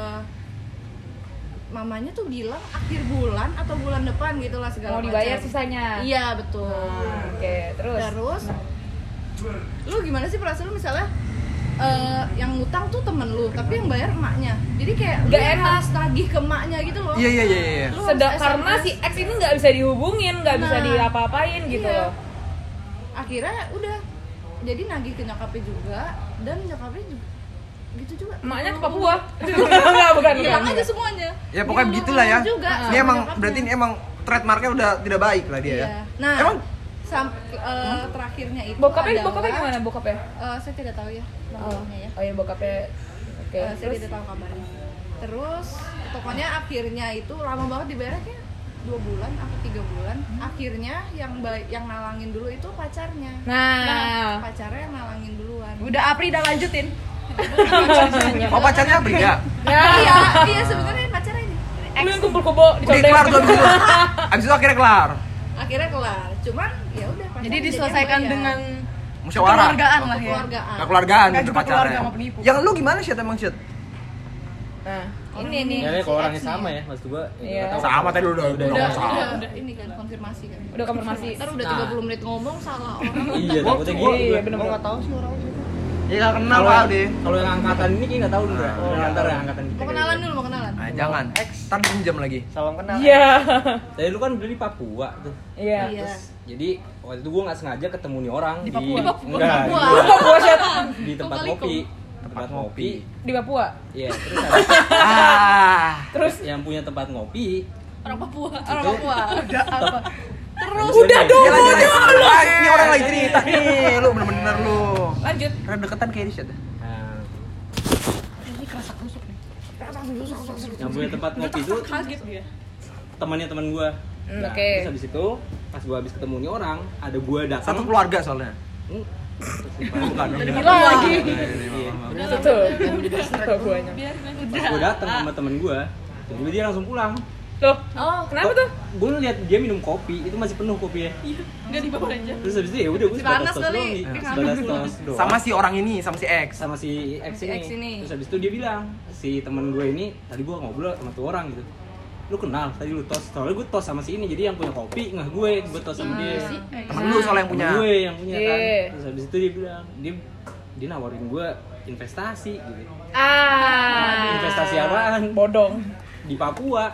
mamanya tuh bilang akhir bulan atau bulan depan gitu lah segala
Mau dibayar
macam.
sisanya.
Iya betul.
Hmm, Oke, terus.
Terus lu gimana sih perasaan lu misalnya eh, yang ngutang tuh temen lu tapi yang bayar emaknya, jadi kayak lu
Gak
yang
enak.
harus nagih ke emaknya gitu loh.
Iya iya iya iya.
Lu
Sedang
harus
karena
S M S.
si X ini nggak bisa dihubungin, nggak bisa
Nah.
diapa-apain gitu
Iya.
loh.
Akhirnya udah jadi nagih ke nyokapnya juga dan nyokapnya juga gitu juga.
Emaknya ke
Lu-
Papua. Enggak, bukan,
hilang
bukan.
aja semuanya.
Ya pokoknya
Diulur-ulur
begitulah ya.
juga
Ini
sama
emang
nyokapnya.
berarti ini emang trademarknya udah tidak baik lah dia
Iya.
ya.
Nah,
Emang
sam- eh, terakhirnya itu
Bokapnya,
adalah,
bokapnya gimana bokapnya?
eh, saya tidak tahu ya
Oh,
namanya ya.
oh ya bokapnya. Oke,
Eh, saya
terus
tidak tahu kabarnya. Terus pokoknya akhirnya itu lama banget dibayarnya kayak dua bulan atau tiga bulan. Akhirnya yang ba- yang nalangin dulu itu pacarnya.
Nah.
pacarnya yang nalangin duluan.
Udah Apri udah lanjutin.
oh pacarnya apa ya?
Nah,
Iya, iya sebenarnya pacarnya ini.
lu yang kumpul kebo di
Udah kelar tuh abis itu. Abis itu akhirnya kelar.
Akhirnya kelar. Cuman ya udah pacarnya
Jadi
jadi
diselesaikan
yang bayar.
dengan
Musyawarah.
kekeluargaan lah ya.
kekeluargaan.
Nah, keluargaan
Nggak
gitu
juga keluarga
pacarnya.
sama penipu.
Yang lu gimana sih emang sih?
Nah, ini nih.
Ya, kalau
Si
orangnya
X nih.
sama ya, maksud gua. ya,
Iya.
nggak tahu.
Sama tadi lu udah udah
Udah,
ngomong
Udah,
sama.
udah, udah ini kan konfirmasi kan.
Udah konfirmasi.
Ntar udah
Nah.
tiga puluh menit ngomong salah orang.
Iya, takutnya
Gua-
gitu.
Iya,
Gua
bener-bener.
nggak tahu sih orangnya siapa.
Ya enggak kenal
Kalau
Pak deh.
kalau yang angkatan ini kayak nggak tahu Ndra.
Oh,
Yang antara yang angkatan kita.
Mau kenalan dulu, mau kenalan.
Nah, jangan. Ntar pinjam lagi.
Salam kenal.
Iya.
Tadi lu kan dari Papua tuh.
Iya.
Iya.
Jadi waktu itu gua nggak sengaja ketemu nih orang di,
Papua.
Di Papua.
Enggak,
Papua.
di-
Papua siapa?
di tempat
Kong kali
kopi.
kong.
Tempat ngopi.
Di Papua.
Iya, terus ada
Ah.
Terus
yang punya tempat ngopi.
Orang Papua.
Orang
Itu-
Papua. Udah apa?
Terus
udah dong.
Ya lanjut lanjut. Ah, ini orang lagi cerita nih. Lu bener-bener lu.
lanjut.
Rada deketan kayak di shit.
Nah,
Ini kerasa tusuk nih.
yang punya tempat ngopi itu
Kaget dia.
temannya teman gua.
Hmm,
Nah,
oke.
terus habis itu pas gue habis ketemu nih orang, ada gue datang.
Satu keluarga soalnya.
Hmm,
Bukan.
Gila lagi.
Iya.
Betul. Betul buahnya.
Pas gue datang sama temen gue, tiba-tiba dia langsung pulang.
Loh, kenapa tuh?
Gue ngeliat dia minum kopi, itu masih penuh kopinya.
Nggak dibawa aja.
Terus habis itu ya udah gue sebatas
Panas
tos
kali.
doang nih,
Eh,
sebatas tos doang.
Sama si orang ini, sama si X.
sama si X
Si
ini.
X ini.
Terus habis itu dia bilang, si temen gue ini, tadi gue ngobrol sama tuh orang gitu. Lu kenal, tadi lu tos, soalnya gue tos sama si ini, jadi yang punya kopi nggak gue, gue tos sama dia.
Temen lu soalnya yang punya.
Temen gue yang punya kan.
Iya.
Terus habis itu dia bilang, dia dia nawarin gue investasi gitu.
Ah.
Investasi apaan?
Bodong.
Di Papua.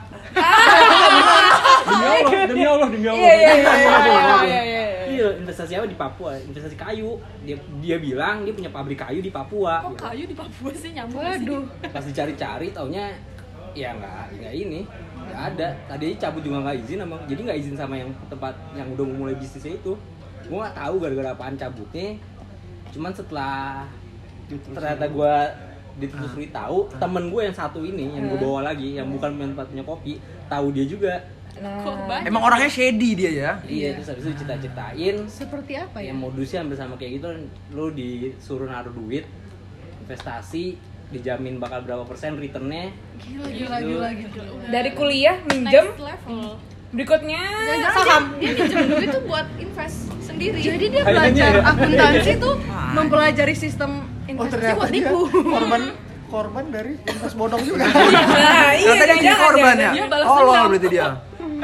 Demi Allah, demi Allah, demi Allah.
Iya, iya, iya,
Demi
iya,
Allah.
iya, iya, iya.
Iya, investasi apa di Papua? Investasi kayu. Dia dia bilang dia punya pabrik kayu di Papua.
Kok
gitu.
kayu di Papua sih nyambung
Waduh.
Pas dicari-cari taunya ya nggak nggak ini nggak ada. Tadi cabut juga nggak izin sama, jadi nggak izin sama yang tempat yang udah mulai bisnisnya itu. Gue nggak tahu gara-gara apaan cabutnya. Cuman setelah ternyata gue ditelusuri tahu, temen gue yang satu ini yang gue bawa lagi, yang bukan tempatnya kopi, tahu dia juga.
Nah,
Emang orangnya shady dia ya.
Iya, terus habis itu cerita-ceritain
Seperti apa ya?
yang modusnya hampir sama kayak gitu, lu disuruh naruh duit investasi, dijamin bakal berapa persen returnnya.
Gila, gila,
Gitu.
gila, gila.
dari kuliah minjem,
next level.
berikutnya
Jangan
saham.
dia minjem duit tuh buat invest sendiri.
Jadi dia
Kayaknya
belajar
ya.
akuntansi tuh mempelajari sistem
Oh
investasi
ternyata
buat
dia
nipu.
korban korban dari invest bodong juga.
Nah, iya,
Ternyata dia jadi
jangan,
korban
jangan.
ya.
Dia balas
Oh, lo
dendam.
berarti dia.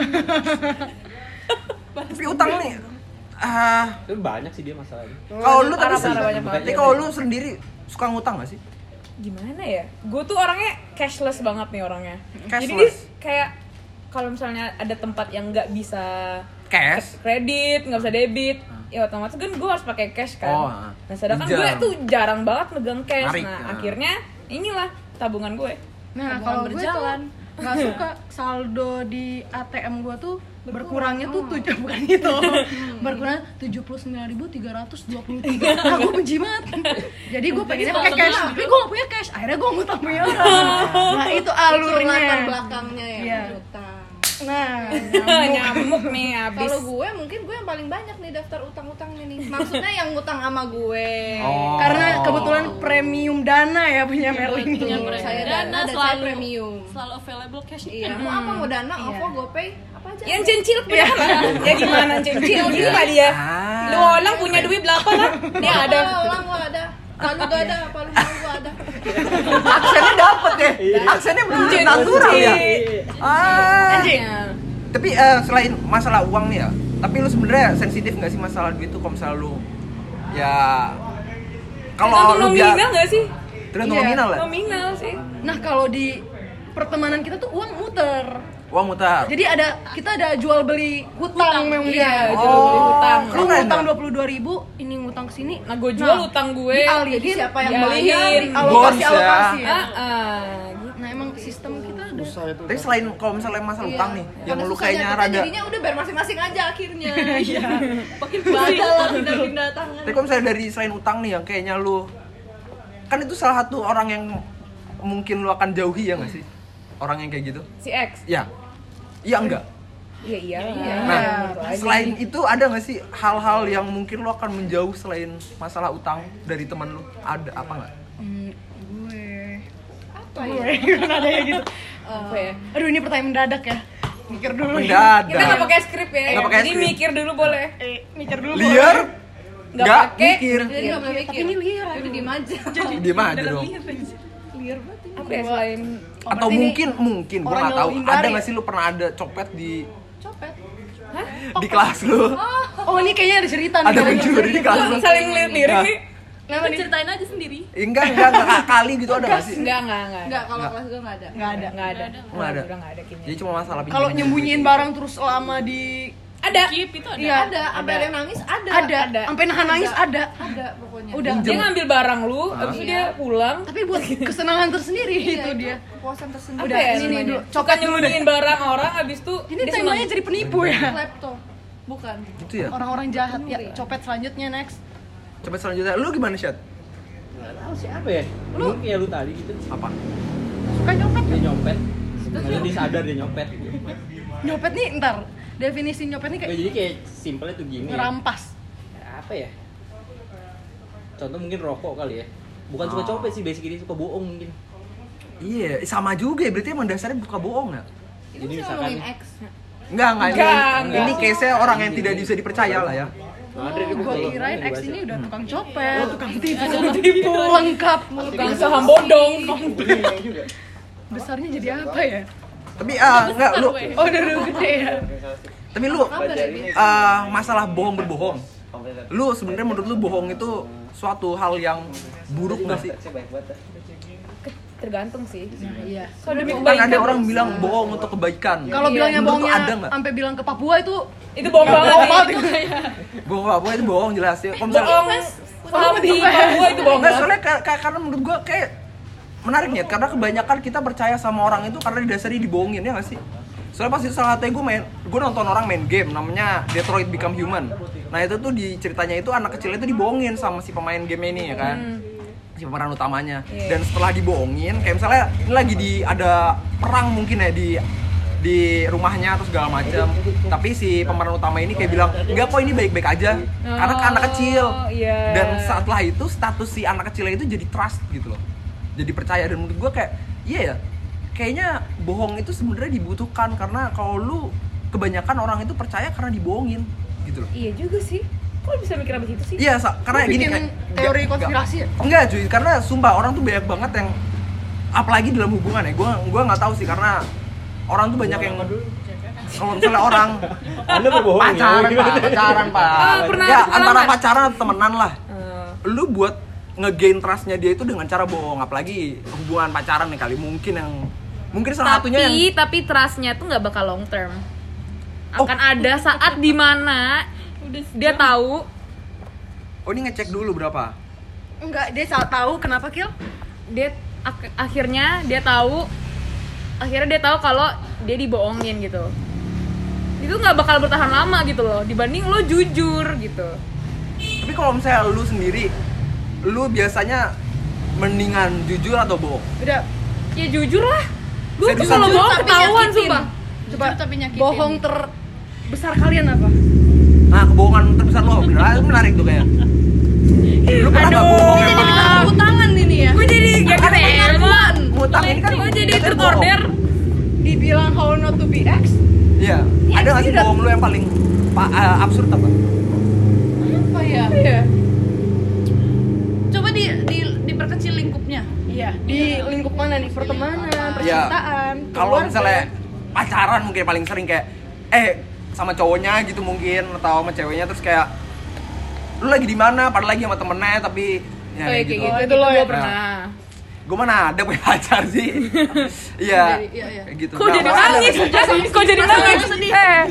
Tapi utang nih. Ah,
Itu banyak sih dia masalahnya.
kalau lu tapi
Parah,
sih.
parah, banyak banget.
Tapi kalau lu sendiri suka ngutang gak sih?
Gimana ya? Gue tuh orangnya cashless banget nih orangnya. Jadi
Cashless?
dia kayak kalau misalnya ada tempat yang nggak bisa
Cash?
kredit, nggak bisa debit, ya otomatis kan gue harus pakai cash kan.
Oh,
Nah sedangkan
pinjam.
gue tuh jarang banget megang cash.
Narik,
Nah
ya.
akhirnya inilah tabungan gue.
Nah,
Tabungan
kalau gue
berjalan.
tuh nggak suka saldo di A T M gue tuh berkurangnya tuh tujuh bukan itu berkurang tujuh puluh sembilan ribu tiga ratus dua puluh tiga. Aku benci banget. Jadi gue pengennya pakai cash, tapi gue gak punya cash. Akhirnya gue ngutang punya orang. Nah itu
Latar
alurnya.
belakangnya ya
Iya.
utang.
Nah,
Nyamuk nih habis.
Kalau gue mungkin gue yang paling banyak nih daftar utang-utangnya nih. Maksudnya yang ngutang sama gue.
Oh.
karena kebetulan premium dana ya punya Merlin ini.
Punya saya dana,
Dana
dan saya
selalu
premium.
selalu available cash.
Iya, mau apa mau dana,
Iya.
OVO, GoPay, apa aja.
Yang cincil punya apa? Ya gimana cincil juga dia.
Ah.
Lu orang punya duit berapa lah? Dia ada.
Ulang gua ada. Palu gak ada, palu mau gua ada.
Aksennya dapet ya. Aksennya bener natural ya. Ah.
Anjing.
Tapi eh, selain masalah uang nih ya, tapi lu sebenarnya sensitif nggak sih masalah duit tuh kalau misalnya lu ya kalau
Tergantung
lu
nominal
biar
nggak sih?
tergantung
Iya.
nominal ya.
Nominal sih.
Nah kalau di pertemanan kita tuh uang muter.
Uang mutar.
Jadi ada kita ada jual beli hutang memang
Iya,
dia.
jual beli hutang.
Lu
Keren,
ngutang
dah.
dua puluh dua ribu, ini ngutang kesini.
Nah, gue jual utang gue.
Dialihin,
Jadi siapa yang
dialihin.
bayar?
alokasi
Bonus ya.
alokasi. Ya.
Ah, ah, gitu.
Nah emang sistem kita udah.
Susah itu.
Tapi selain kalau misalnya masalah
Iya.
utang nih, yang
Pada
lu
susahnya
kayaknya
kita
rada.
jadinya udah biar masing-masing aja akhirnya. Iya. Makin badal lah pindah-pindah tangan.
Tapi kalau misalnya dari selain utang nih yang kayaknya lu kan itu salah satu orang yang mungkin lu akan jauhi ya nggak sih? Orang yang kayak gitu?
Si X.
Ya. Iya enggak?
Iya iya.
Nah,
Gitu aja.
selain itu ada nggak sih hal-hal yang mungkin lu akan menjauh selain masalah utang dari teman lu? Ada apa nggak?
Hmm, gue.
Apa
Gue
ya?
kan ada ya gitu.
apa ya?
Aduh ini pertanyaan mendadak ya. Mikir dulu.
Mendadak.
Kita nggak pakai skrip ya.
Nggak pakai
Jadi
skrip.
mikir dulu boleh.
Eh, mikir dulu.
Liar?
Nggak
Nggak
pakai.
mikir.
Jadi nggak boleh mikir.
Tapi ini liar.
Udah diem aja.
Diem aja dong.
Liar banget ini.
Apa ya selain
Oh,
Atau
berarti ini
mungkin mungkin gua
orang
nggak
yang
tahu
lu hindari
ada
ya?
nggak sih lu pernah ada copet di
Copet.
di kelas lu?
Oh ini kayaknya ada cerita nih.
Ada pencuri di kelas lu?
Kok saling lirik nih?
Kenapa nih?
Ceritain aja sendiri.
Enggak, enggak, enggak kali gitu ada nggak sih?
Enggak enggak enggak.
Enggak, kalau kelas gue enggak ada.
Nggak ada.
Enggak ada.
Nggak ada.
Udah enggak ada kayaknya.
Jadi cuma masalah
Kalau
pinjam.
nyembunyiin barang terus lama di
Ada.
Keep itu ada.
Iya.
Ada, sampai ada yang nangis ada.
ada,
Ada.
sampai nahan nangis ada.
Ada pokoknya.
Udah.
Dia ngambil barang lu,
Hah?
habis itu dia pulang.
Tapi buat kesenangan tersendiri
Iya,
itu dia.
Kepuasan tersendiri.
Apa ya
ini
namanya?
dulu.
Suka nyembunyiin barang orang habis itu
Ini
dia
temanya
senang.
jadi penipu ya.
Laptop. Bukan.
Itu ya.
Orang-orang jahat ya.
Iya.
Copet selanjutnya next.
Coba selanjutnya, lu gimana Syat?
Nggak tahu siapa ya. Lu kayak lu tadi gitu.
Apa?
Suka nyopet.
Dia nyopet. Nanti dia sadar dia nyopet.
Nyopet nih ntar Definisi nyopet nih
Nggak,
kayak
jadi kayak simpelnya tuh gini ya.
ngerampas.
Apa ya? Contoh mungkin rokok kali ya. Bukan suka
Oh.
copet sih, basically suka bohong mungkin.
Iya, sama juga ya, berarti emang dasarnya buka bohong ya?
Itu
Jadi
bisa
misalkan
ngomongin
nih.
X.
Enggak, enggak, ini,
Enggak, enggak.
ini case-nya orang yang tidak bisa dipercaya lah ya.
Ada
Oh,
di
gue
kalau-
kirain
kalau
X
dibahas
ini
ya.
udah tukang copet, tukang tipu, tipu, lengkap.
Tukang saham bodong.
Besarnya jadi apa ya?
Tapi ah enggak lu,
Oh, udah udah gede ya.
tapi lu ah, masalah bohong berbohong. Lu sebenarnya menurut lu bohong itu suatu hal yang buruk nggak sih?
Tergantung sih.
Nah, iya.
Kalau demi
Kan
kebaikan
ada orang bilang bohong untuk kebaikan.
Kalau
Iya.
bilangnya
Menurut lu
bohongnya
ada nggak?
sampai bilang ke Papua itu
itu bohong banget
bohong
sih.
banget itu.
Bohong apa itu bohong jelas ya. Kalau misalnya-
Bohong. Paham di Papua itu bohong
Nggak,
banget.
soalnya ka- ka- karena menurut gua kayak menarik nih, karena kebanyakan kita percaya sama orang itu karena didasari dibohongin ya nggak sih? Soalnya pas itu salah satunya gue main, gue nonton orang main game namanya Detroit Become Human. Nah itu tuh di ceritanya itu anak kecilnya itu dibohongin sama si pemain game ini ya kan, si pemeran utamanya.
Iya.
Dan setelah dibohongin, kayak misalnya ini lagi di ada perang mungkin ya di di rumahnya atau segala macam. Tapi si pemeran utama ini kayak bilang enggak kok ini baik-baik aja, karena ke anak kecil.
iya.
Dan setelah itu status si anak kecilnya itu jadi trust gitu loh, jadi percaya. Dan menurut gue kayak iya ya, kayaknya bohong itu sebenarnya dibutuhkan karena kalau lu kebanyakan orang itu percaya karena dibohongin gitu loh.
Iya juga sih. Kok lu bisa mikir apa situ sih?
Iya, sa- karena
Lu
gini
bikin
kayak-
teori
nggak-
konspirasi ya?
nggak- Enggak cuy, karena sumpah orang tuh banyak banget yang apalagi dalam hubungan ya. Gua gua nggak tahu sih karena orang tuh banyak yang kalau misalnya orang
Anda berbohong
pacaran
ya?
pak, pacaran pak,
Ah, pernah
ya
pengalaman.
antara pacaran atau temenan lah.
Eh,
Lu buat nge-gain trustnya dia itu dengan cara bohong, apalagi hubungan pacaran nih kali mungkin yang mungkin salah
tapi
satunya yang
tapi trustnya tuh nggak bakal long term.
Oh.
Akan ada saat dimana dia tahu.
oh ini ngecek dulu berapa.
Enggak, dia saat tahu kenapa Kil?
Dia ak- akhirnya dia tahu akhirnya dia tahu kalau dia dibohongin gitu. Itu nggak bakal bertahan lama gitu loh, dibanding lo jujur gitu.
Tapi kalau misalnya lu sendiri, lu biasanya mendingan jujur atau bohong?
Udah,
Ya jujur lah. Gue
Saya
tuh
bisa
kalau
jujur
bohong
tapi
ketahuan
nyakitin.
sumpah.
coba
tapi nyakitin.
bohong terbesar kalian apa?
Nah kebohongan terbesar lu apa bener? Ah, itu menarik tuh kayak. Lu pernah nggak bohong yang paling
Tepuk tangan ini ya.
Gue jadi gak
Karena
keren.
ngutang ini kan
Gue jadi
jatuhnya
terorder.
Dibilang how not to be ex?
Iya. Ada nggak sih bohong lu yang paling pa- eh, absurd apa?
Apa ya?
Iya.
Coba di, di diperkecil lingkupnya.
Iya, di lingkup mana nih? Pertemanan, percintaan,
Iya. Kalau
keluarga.
misalnya pacaran mungkin paling sering kayak eh sama cowoknya gitu mungkin atau sama ceweknya terus kayak lu lagi di mana padahal lagi sama temennya tapi ya
Oh, ya,
kayak
kayak
gitu.
gitu.
Oh,
Itu lo
gitu
ya
ya.
pernah.
Gue mana ada punya pacar sih. Iya.
Jadi- iya, iya.
Kayak gitu.
Kok
Nah,
jadi
makanya
nangis?
ada-
Kok jadi nangis? Eh.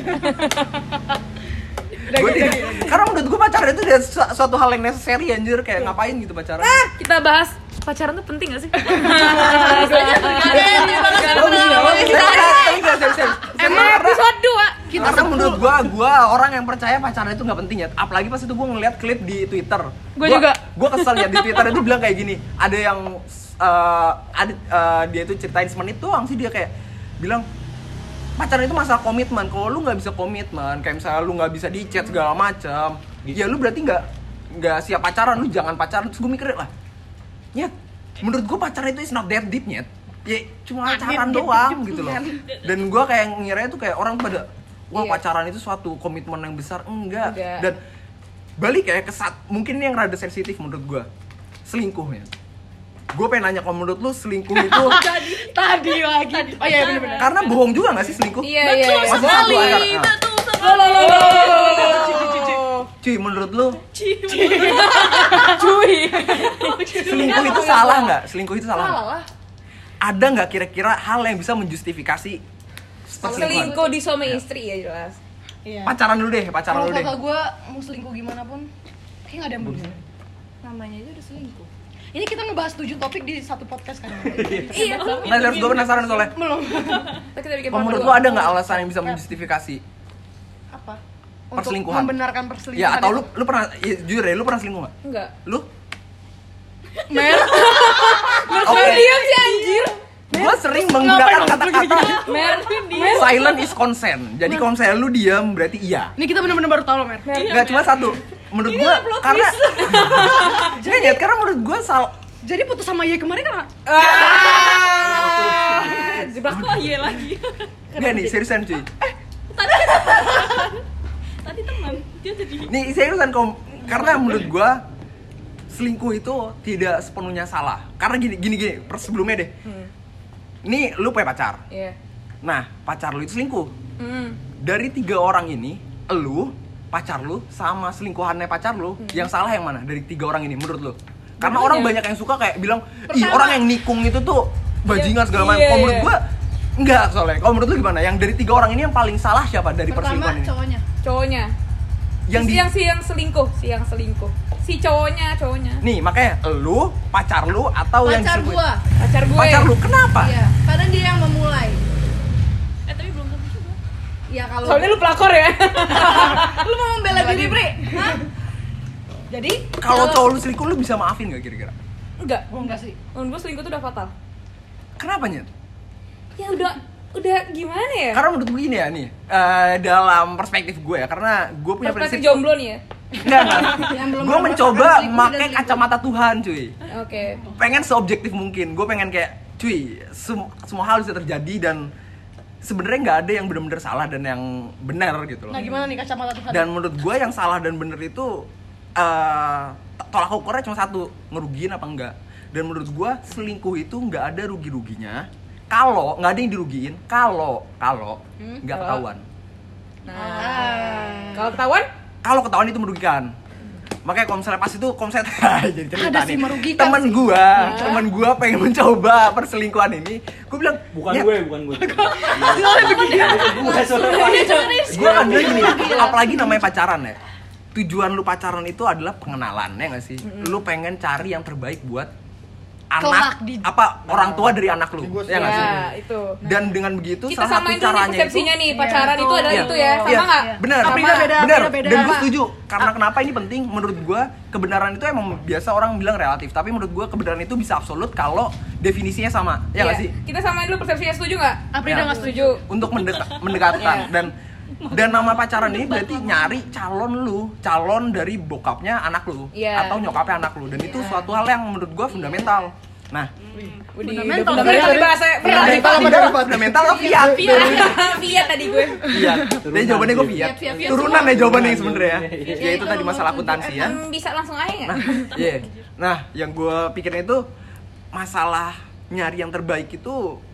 Gua tidak, karena menurut gue pacaran itu udah su- suatu hal yang necessary anjir, kayak ngapain gitu pacaran.
Kita bahas pacaran tuh penting gak sih?
Oh, gini, oh, serius, serius, serius, serius.
Emang
Karena-
episode dua.
Karena menurut gua, gua orang yang percaya pacaran itu nggak penting ya. Apalagi pas itu gua ngeliat klip di Twitter.
Gua juga.
Gua kesel ya di Twitter itu bilang kayak gini. Ada yang eh, ada eh, dia itu ceritain semenit doang sih dia kayak bilang pacaran itu masalah komitmen. Kalau lu nggak bisa komitmen, kayak misalnya lu nggak bisa di chat segala macam, ya lu berarti nggak nggak siap pacaran. Lu jangan pacaran. Terus gua mikir lah, nyet. Menurut gua pacaran itu is not that deep nyet. Ya cuma pacaran doang gitu loh. Dan gua kayak ngiranya tuh kayak orang pada wah
Iya.
pacaran itu suatu komitmen yang besar. Enggak.
Enggak.
Dan balik kayak ke saat mungkin ini yang rada sensitif menurut gua, selingkuhnya. Gue pengen nanya, kalau menurut lu selingkuh itu
Tadi lagi. Oh iya benar-benar.
karena bohong juga gak sih selingkuh?
Iya, iya.
Maksudnya satu
Sekali,
agar-
betul sekali.
Lo lo lo lo.
Cuy, menurut lu
Cuy.
selingkuh itu salah nggak? Selingkuh itu salah nggak?
Salah lah.
Ada nggak kira-kira hal yang bisa menjustifikasi perselingkuhan?
Selingkuh di suami istri ya jelas.
Iya.
Pacaran dulu deh, pacaran
Kalau
dulu deh.
kakak gue mau selingkuh gimana pun, kayak nggak ada yang bener.
Namanya aja udah selingkuh.
Ini kita ngebahas tujuh topik di satu podcast kan?
Iya.
Nah, harus gue penasaran soalnya.
Belum.
Kita bikin
Kalau
part
menurut
dua.
lu ada nggak alasan yang bisa menjustifikasi?
Apa?
Perselingkuhan.
Untuk membenarkan perselingkuhan.
Ya atau lu
itu.
lu pernah ya, jujur ya, lu pernah selingkuh nggak?
Enggak.
Lu?
Mer,
Oke.
Diam sih anjir.
gue sering menggunakan kata-kata
Mer,
silent is consent. Jadi kalau misalnya lu diam berarti iya.
Ini kita bener-bener baru tahu loh, Mer.
Gak cuma satu. Menurut gue karena Jadi karena menurut gue sal
Jadi putus sama Ye kemarin kan?
jebak kok iya lagi.
Nggak nih, seriusan cuy.
Tadi teman, dia jadi
Nih seriusan kom karena menurut gue selingkuh itu tidak sepenuhnya salah. Karena gini gini gini, per sebelumnya deh.
Hmm.
Nih lu punya pacar.
Iya.
Nah, pacar lu itu selingkuh.
Hmm.
Dari tiga orang ini, lu, pacar lu, sama selingkuhannya pacar lu,
Hmm.
yang salah yang mana dari tiga orang ini menurut lu? Karena
Makanya.
orang banyak yang suka kayak bilang, ih orang yang nikung itu tuh bajingan segala macam.
Iya,
Kalau menurut
iya.
gua enggak soalnya. Kalau menurut lu gimana? Yang dari tiga orang ini yang paling salah siapa dari
Pertama
perselingkuhan ini?
cowoknya.
Cowoknya.
Yang
si
di
yang si yang selingkuh, si yang selingkuh. Si cowoknya, cowoknya.
Nih, makanya lu, pacar lu atau yang
Pacar
diselingkuhin?
gua.
Pacar gue.
Pacar lu, kenapa?
Iya, karena dia yang memulai.
Eh tapi belum tentu juga.
Ya kalau
Soalnya lu pelakor ya.
lu mau membela diri, Bre? Hah?
Jadi
Kalau cowok lu selingkuh lu bisa maafin gak kira-kira?
Enggak.
oh enggak sih.
Menurut gue selingkuh tuh udah fatal.
Kenapa Nyet?
Ya udah udah gimana ya?
Karena menurut gue gini ya nih, eh, dalam perspektif gue ya, karena gue punya
Perspektif
prinsip
jomblo nih ya.
Enggak, enggak.
Yang belum
Gue
pernah
mencoba
merasakan selingkuh dan
pakai
selingkuh.
kacamata Tuhan, cuy.
Oke.
Pengen seobjektif mungkin. Gue pengen kayak, cuy, sem- semua hal bisa terjadi dan sebenarnya nggak ada yang benar-benar salah dan yang benar gitu loh.
Nah, gimana nih kacamata Tuhan?
Dan menurut gue yang salah dan benar itu eh, tolak ukurnya cuma satu, ngerugiin apa enggak. Dan menurut gue selingkuh itu nggak ada rugi-ruginya. Kalau nggak ada yang dirugiin, kalau kalau nggak
kalau?
ketahuan.
Nah, kalau ketahuan
Kalau ketahuan itu merugikan. Makanya kalau misalnya pas itu komset jadi cerita
Ada
nih.
sih merugikan
Temen
sih.
gua, temen gua pengen mencoba perselingkuhan ini. Gua bilang,
Bukan
"Ya,
gue, bukan gue. Bukan soalnya.
Gua kan bilang gini, apalagi namanya pacaran ya. Tujuan lu pacaran itu adalah pengenalan, ya nggak sih? Lu pengen cari yang terbaik buat anak
Kelak di-
apa orang tua dari anak lu,
Gue
ya nggak sih?
ya itu.
Dan dengan begitu
Kita
salah satu
samain dulu nih
caranya itu
persepsinya nih, pacaran
Iya,
itu adalah
Iya.
itu ya, sama
Iya,
nggak?
bener,
Tapi
sama.
beda,
bener.
beda, beda.
Dan gue
Apa?
setuju karena kenapa ini penting menurut gue kebenaran itu emang biasa orang bilang relatif, tapi menurut gue kebenaran itu bisa absolut kalau definisinya sama, ya nggak
Iya.
sih?
Kita samain dulu persepsinya, setuju nggak?
April
Ya.
nggak setuju.
Untuk mendeka- mendekatkan
Iya.
dan dan nama pacaran ini berarti nyari calon lu, calon dari bokapnya anak lu
Iya.
atau nyokapnya anak lu, dan itu suatu hal yang menurut gue fundamental. Nah,
Udah
Fundamental.
fundamental tapi bahasa berat nih kalau
fundamental, fundamental apa fiat?
Fiat tadi gue.
Iya. Jadi jawabannya gue fiat.
Fiat, fiat, fiat.
Turunan ya jawabannya sebenarnya.
Iya.
Ya itu tadi masalah akuntansi ya.
Hmm, bisa langsung aja nggak?
Nah, iya. Nah, yang gue pikirin itu masalah nyari yang terbaik itu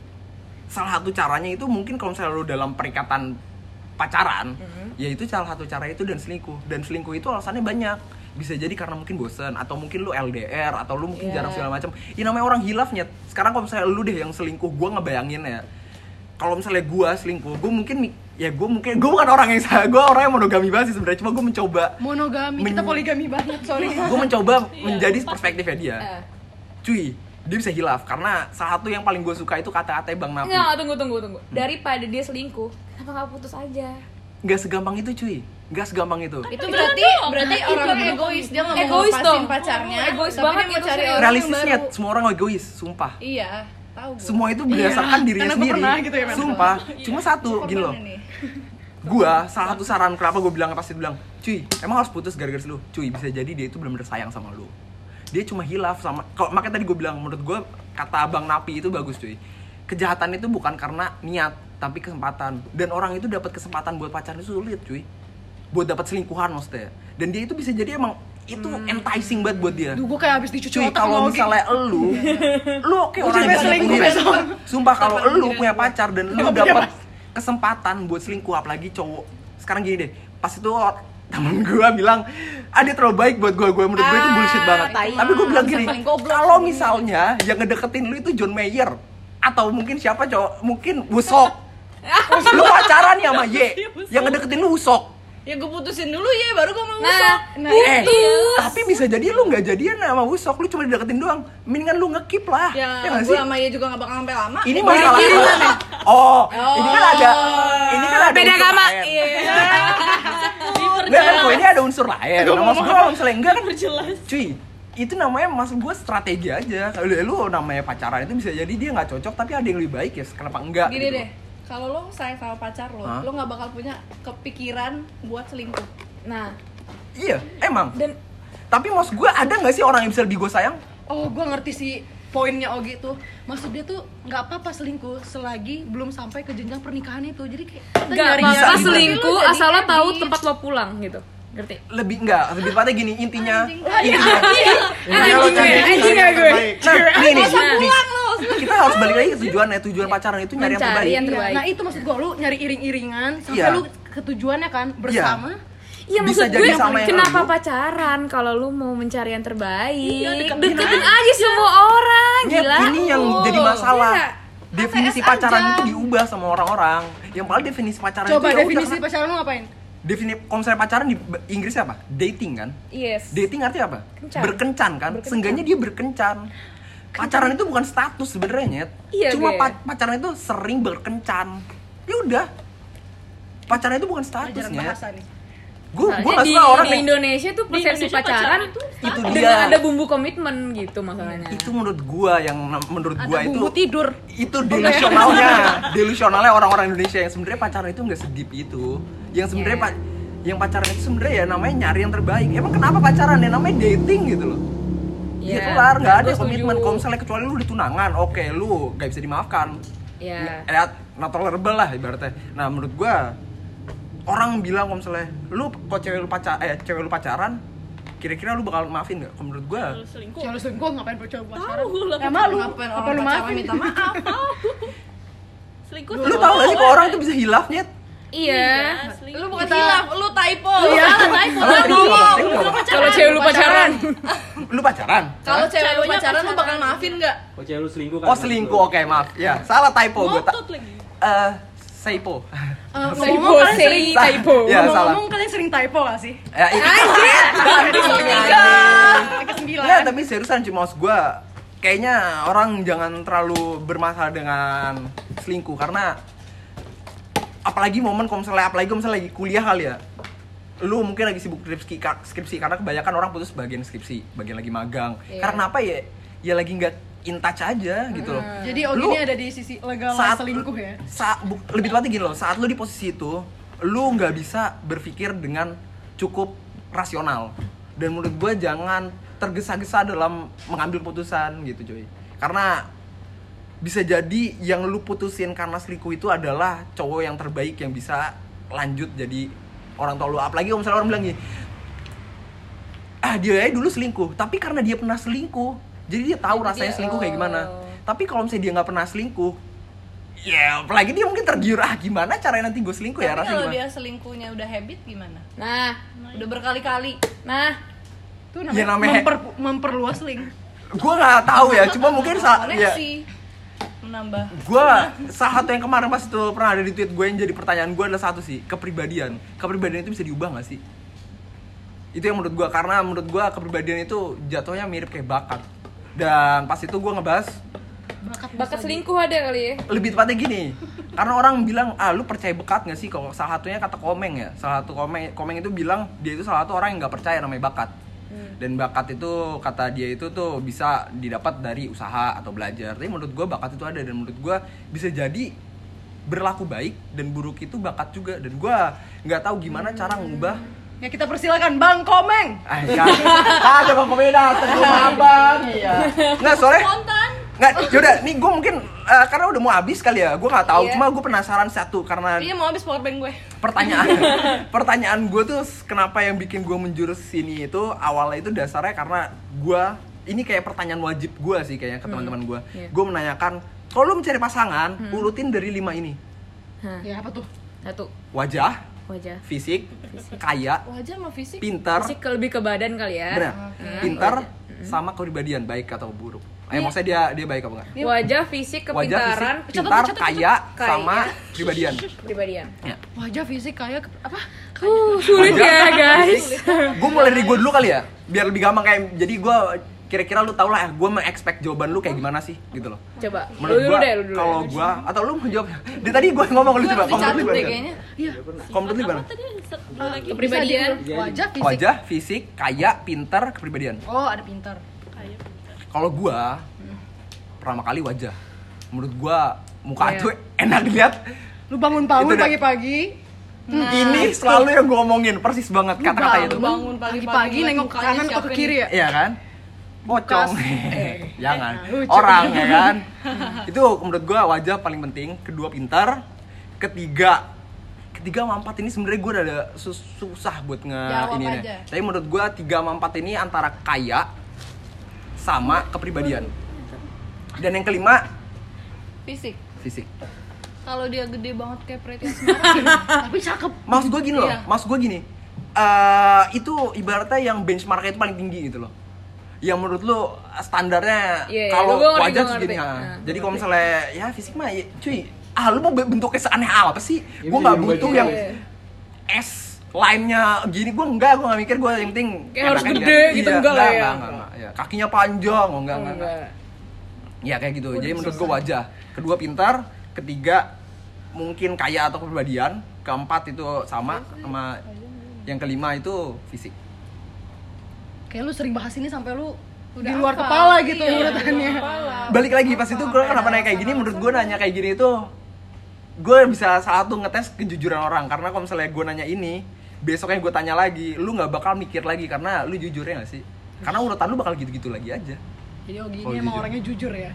salah satu caranya itu mungkin kalau misalnya lu dalam perikatan pacaran, ya itu salah satu cara itu dan selingkuh. Dan selingkuh itu alasannya banyak. Bisa jadi karena mungkin bosan atau mungkin lu L D R atau lu mungkin
Iya.
jarang segala macam. Ya namanya orang hilafnya. Sekarang kalau misalnya lu deh yang selingkuh, gue ngebayangin ya. Kalau misalnya gue selingkuh, gue mungkin mi- ya gue mungkin gue bukan orang yang salah, gue orang yang monogami banget sih sebenarnya. Cuma gue mencoba
Monogami,
Men-
kita poligami banget, sorry.
gue mencoba menjadi perspektifnya dia.
Eh.
Cuy, dia bisa hilaf karena salah satu yang paling gue suka itu kata-kata Bang Nafi.
Nggak, tunggu tunggu tunggu. Daripada dia selingkuh, kenapa nggak putus aja?
Nggak segampang itu cuy, nggak segampang itu.
Itu berarti berarti orang egois, dia nggak mau
Egois
ngelepasin
dong.
pacarnya,
Egois
tapi
banget
dia mau
itu
cari
sih.
orang
Realistisnya
yang baru.
semua orang egois, sumpah.
Iya, tahu gua.
Semua itu berdasarkan dirinya
karena gua
sendiri.
pernah gitu ya, men.
Sumpah, cuma satu
Korban
gini loh.
ini.
Gua salah satu saran kenapa gue bilang pasti bilang, cuy, emang harus putus gara-gara lu. Cuy, bisa jadi dia itu benar-benar sayang sama lu. Dia cuma hilaf sama. Kalau makanya tadi gue bilang menurut gue kata Bang Napi itu bagus cuy. Kejahatan itu bukan karena niat, tapi kesempatan. Dan orang itu dapat kesempatan buat pacaran itu sulit cuy. Buat dapat selingkuhan maksudnya. Dan dia itu bisa jadi emang itu enticing banget buat dia.
Duh, gue kayak habis dicuci
Cuy,
otak
kalau
sama Ogi.
misalnya elu, lu kayak
Gua
orang
sampai
yang
selingkuh
punya-
besok.
Sumpah kalau elu punya pacar dan lu
Emang punya
dapat kesempatan buat selingkuh apalagi cowok. Sekarang gini deh, pas itu temen gue bilang, ah dia terlalu baik buat gue, gue menurut gue itu bullshit
Ah,
banget.
tai.
Tapi gue bilang gini,
Paling goblok.
kalau misalnya yang ngedeketin lu itu John Mayer atau mungkin siapa cowok, mungkin Wusok. Lu pacaran ya sama Y, yang ngedeketin lu Wusok.
Ya gue putusin dulu ya, baru gue mau
Nah,
usah.
Nah,
Eh,
putus.
tapi bisa jadi lu nggak jadian sama Wusok, lu cuma dideketin doang. Mendingan lu nge-keep lah.
Ya,
Ya nggak
gue
sih?
sama dia juga gak bakal sampai lama.
Ini masalahnya. Oh, ini kan ada ini kan ada
Beda
unsur
agama.
lain.
Iya.
Enggak kan, kok ini ada unsur lain. Nah, maksud gue kalau misalnya enggak kan cuy, itu namanya maksud gue strategi aja. Kalau lu namanya pacaran itu bisa jadi dia nggak cocok tapi ada yang lebih baik ya kenapa enggak?
Gini
gitu.
deh, kalau lo sayang sama pacar lo,
Hah?
lo nggak bakal punya kepikiran buat selingkuh.
Nah,
Iya, emang.
dan
Tapi maksud gue ada nggak sih orang yang bisa lebih gue sayang?
Oh, gue ngerti sih poinnya Ogi tuh. Maksud dia tuh nggak apa-apa selingkuh selagi belum sampai ke jenjang pernikahan itu. Jadi kayak kita
nggak
nyari
bisa
apa-apa
gitu.
selingkuh
Tapi lo jadi
asal lo tahu
habit.
tempat lo pulang gitu. Ngerti?
Lebih enggak, lebih tepatnya gini intinya.
Anjing.
Intinya.
Intinya lo cari
anjing
cari
ya
yang
gue.
terbaik.
Nah, nih nih.
Masa
nih.
pulang lo.
Kita harus balik lagi ke tujuannya. Tujuan pacaran itu nyari yang
Mencari
terbaik.
yang
Iya,
terbaik.
nah itu maksud gue, lu nyari iring-iringan sampai
Iya.
lu ke tujuannya kan bersama.
Iya
Bisa
maksud
jadi
gue
sama yang
kenapa
lu.
pacaran kalau lu mau mencari yang terbaik?
Iya, deketin
deketin
aja.
aja semua orang,
Nyet,
gila.
ini yang
Oh.
jadi masalah.
Iya.
Definisi
A T S
pacaran
aja.
itu diubah sama orang-orang. Yang paling definisi pacaran
Coba
itu ya
definisi
udah,
pacaran lu ngapain?
Definisi kalau misalnya pacaran di Inggrisnya apa? Dating kan?
Yes.
Dating artinya apa?
Kencan.
Berkencan kan?
Berkencan.
Seenggaknya dia berkencan. Pacaran itu bukan status sebenarnya, Nyet.
Iya,
Cuma
Ge.
pa- pacaran itu sering berkencan. Ya udah. Pacaran itu bukan status,
Pelajaran
Nyet.
bahasa nih.
Gue
Soalnya
gue gak
di,
suka orang
di
yang
Indonesia tuh persepsi
Indonesia
pacaran
pacaran itu
itu
dengan
dia.
ada bumbu komitmen gitu masalahnya.
Itu menurut gua yang menurut gua
Ada
itu
bumbu tidur.
itu delusionalnya delusionalnya orang-orang Indonesia yang sebenarnya pacaran itu nggak sedip itu yang sebenarnya
Yeah.
pa- yang pacaran itu sebenarnya ya namanya nyari yang terbaik. Emang kenapa pacaran ya namanya dating gitu loh. Ya
Iya,
kelar, nggak ada
gue setuju.
komitmen. Kalau misalnya kecuali lu udah tunangan, oke lu nggak bisa dimaafkan.
Iya.
Ya, not tolerable lah ibaratnya. Nah menurut gua orang bilang kalau misalnya lu kok cewek lu pacar eh cewek lu pacaran, kira-kira lu bakal maafin nggak? Kalau menurut gua
selingkuh.
Cewek lu selingkuh ngapain pacaran?
Tahu lah.
Ya malu.
Ngapain
Apa
orang
lu
pacaran
maafin?
minta maaf?
Selingkuh.
lu tau gak sih kok orang tuh bisa hilafnya?
Iya.
selingkuh.
Lu bukan hilaf, lu typo.
Iya,
typo.
Apa
Lu
itu?
ngomong.
Apa itu?
Kalau cewek lu pacaran.
Lu pacaran?
Kalau cewek lu
Ceweknya
pacaran lu
pacaran.
bakal maafin enggak?
Oh cewek lu selingkuh kan?
Oh selingkuh, oke maaf. Ya, salah typo gue.
Ngotot lagi.
Eh, Seipo.
Eh,
Typo,
ngomong kalian
say
sering
typo.
Ya, salah.
ngomong kalian sering typo gak sih?
Ya, itu.
Yang kesembilan.
Nggak, tapi seriusan cuma maksud gue kayaknya orang jangan terlalu bermasalah dengan selingkuh karena apalagi momen kalau misalnya apalagi kalau misalnya lagi kuliah kali ya. Lu mungkin lagi sibuk skripsi, skripsi karena kebanyakan orang putus bagian skripsi, bagian lagi magang.
Iya.
Karena apa ya? Ya lagi nggak in touch aja gitu loh.
Jadi Ogi
Lu-
ini ada di sisi legal
saat
selingkuh ya.
Saat bu- lebih tepatnya gini loh, saat lu di posisi itu, lu nggak bisa berpikir dengan cukup rasional. Dan menurut gue jangan tergesa-gesa dalam mengambil keputusan gitu, coy. Karena bisa jadi yang lu putusin karena selingkuh itu adalah cowok yang terbaik yang bisa lanjut jadi orang tua lu. Apalagi kalau misalnya orang bilang gini, ah dia aja dulu selingkuh, tapi karena dia pernah selingkuh, jadi dia tahu
Jadi
rasanya
dia-
selingkuh kayak gimana.
oh.
Tapi kalau misalnya dia nggak pernah selingkuh, ya apalagi dia mungkin tergiur, ah gimana caranya nanti gue selingkuh ya
Tapi
rasanya
kalau
gimana?
dia selingkuhnya udah habit gimana?
Nah,
Udah berkali-kali.
nah,
Itu
Ya,
namanya,
namanya-
memper- memperluas link.
Gue nggak tahu ya, cuma mungkin saat ya,
Koneksi menambah.
gue salah satu yang kemarin pas itu pernah ada di tweet gue yang jadi pertanyaan gue adalah satu sih, kepribadian. Kepribadian itu bisa diubah nggak sih? Itu yang menurut gue, karena menurut gue kepribadian itu jatuhnya mirip kayak bakat. Dan pas itu gue ngebahas
bakat selingkuh ada kali ya.
lebih tepatnya gini, karena orang bilang, ah lu percaya bakat nggak sih? Kalau salah satunya kata Komeng ya, salah satu Komeng, Komeng itu bilang dia itu salah satu orang yang nggak percaya namanya bakat. Dan bakat itu kata dia itu tuh bisa didapat dari usaha atau belajar. Tapi menurut gue bakat itu ada, dan menurut gue bisa jadi berlaku baik dan buruk itu bakat juga. Dan gue nggak tahu gimana cara ngubah.
Ya kita persilakan Bang Komeng.
Ah ya, ada bang Komeng datang rumah abang. Iya. Nggak soalnya.
Spontan.
Nggak, yaudah, nih gue mungkin eh, karena udah mau habis kali ya, gue nggak tahu.
Iya.
Cuma gue penasaran satu karena
Iya mau habis powerbank gue.
pertanyaan pertanyaan gue tuh kenapa yang bikin gue menjurus sini itu awalnya itu dasarnya karena gue ini kayak pertanyaan wajib gue sih kayaknya ke teman-teman gue.
Iya.
Gue menanyakan kalau lu mencari pasangan urutin dari lima ini:
Hah,
Ya apa tuh?
satu,
wajah,
wajah.
fisik, kaya,
Wajah sama fisik.
pintar,
Fisik lebih ke badan kali ya.
benar,
Hmm,
pintar
wajah.
sama kepribadian baik atau buruk. Eh maksudnya dia dia baik apa enggak?
Wajah, fisik,
Wajah,
kepintaran,
fisik, pintar,
Catat, catat,
kaya,
catat.
sama
Kaya.
kepribadian.
kepribadian.
Ya.
Wajah, fisik, kayak apa?
Uh, sulit ya guys.
Gue mulai dari gue dulu kali ya, biar lebih gampang kayak jadi gue kira-kira lu tau lah, gue meng-expect jawaban lu kayak gimana sih gitu loh.
Coba.
Menurut
Lu dulu
gua,
deh, lu dulu.
kalau gue atau lu mau jawab? Dari tadi gue ngomong lu coba.
Dicatat
Komplit
deh
gimana?
kayaknya.
Iya.
Komplit gimana?
Tadi satu lagi.
Kepribadian.
Wajah, fisik.
Wajah, fisik, kaya, pintar, kepribadian.
Oh, ada pintar.
Kalau gue pertama kali wajah. Menurut gue muka
Iya.
tuh enak dilihat.
Lu bangun-bangun
Itu dah.
pagi-pagi.
Nah,
Ini selalu yang gue omongin, persis banget kata-kata itu.
bangun pagi-pagi
Pagi-pagi nengok ke
mukanya
kanan atau
siapa
ke
nih?
kiri ya?
Iya kan? Pocong.
Eh.
Jangan.
Lucu.
Orang ya kan. Itu menurut gua wajah paling penting, kedua pintar, ketiga ketiga sama empat ini sebenarnya gua ada sus- susah buat nge
Jawab
ini
aja.
Tapi menurut gua tiga sama empat ini antara kaya sama kepribadian. Dan yang kelima
Fisik.
fisik.
Kalau dia gede banget kayak Pretty Asmara.
Tapi cakep.
Maksud gua gini loh,
Iya.
maksud gua gini. eh itu ibaratnya yang benchmarknya itu paling tinggi gitu loh. Yang menurut lu standarnya
Iya, iya,
kalau
gua ngerti,
wajah
gua
segini
ngerti.
ha.
Nah,
Jadi
gua
kalau
ngerti.
misalnya ya fisik mah ya, cuy, ah lu mau bentuknya seaneh apa sih?
Ya,
Gua
bisa
nggak
yang
butuh
baju.
yang
Iya.
S line-nya gini, gua enggak, gua nggak mikir, gua yang penting
Kayak harus
enaknya
gede
dilihat.
gitu,
Iya,
enggak lah ya.
enggak, enggak, enggak. Ya, kakinya panjang, oh, enggak,
Oh,
enggak, enggak.
enggak.
Ya kayak gitu. Jadi menurut gua wajah. Kedua pintar, ketiga mungkin kaya atau kepribadian, keempat itu sama sama yang kelima itu fisik.
Kayak lu sering bahas ini sampai lu
Udah
di luar
hafal.
kepala gitu
Iya,
urutannya.
di luar kepala.
Balik lagi pas itu gue kenapa nanya kayak gini, menurut gue nanya kayak gini itu gue bisa salah satu ngetes kejujuran orang. Karena kalau misalnya gue nanya ini, besoknya gue tanya lagi, lu nggak bakal mikir lagi karena lu jujurnya nggak sih? Karena urutan lu bakal gitu-gitu lagi aja.
Jadi oh gini
Oh,
emang
jujur.
orangnya jujur ya.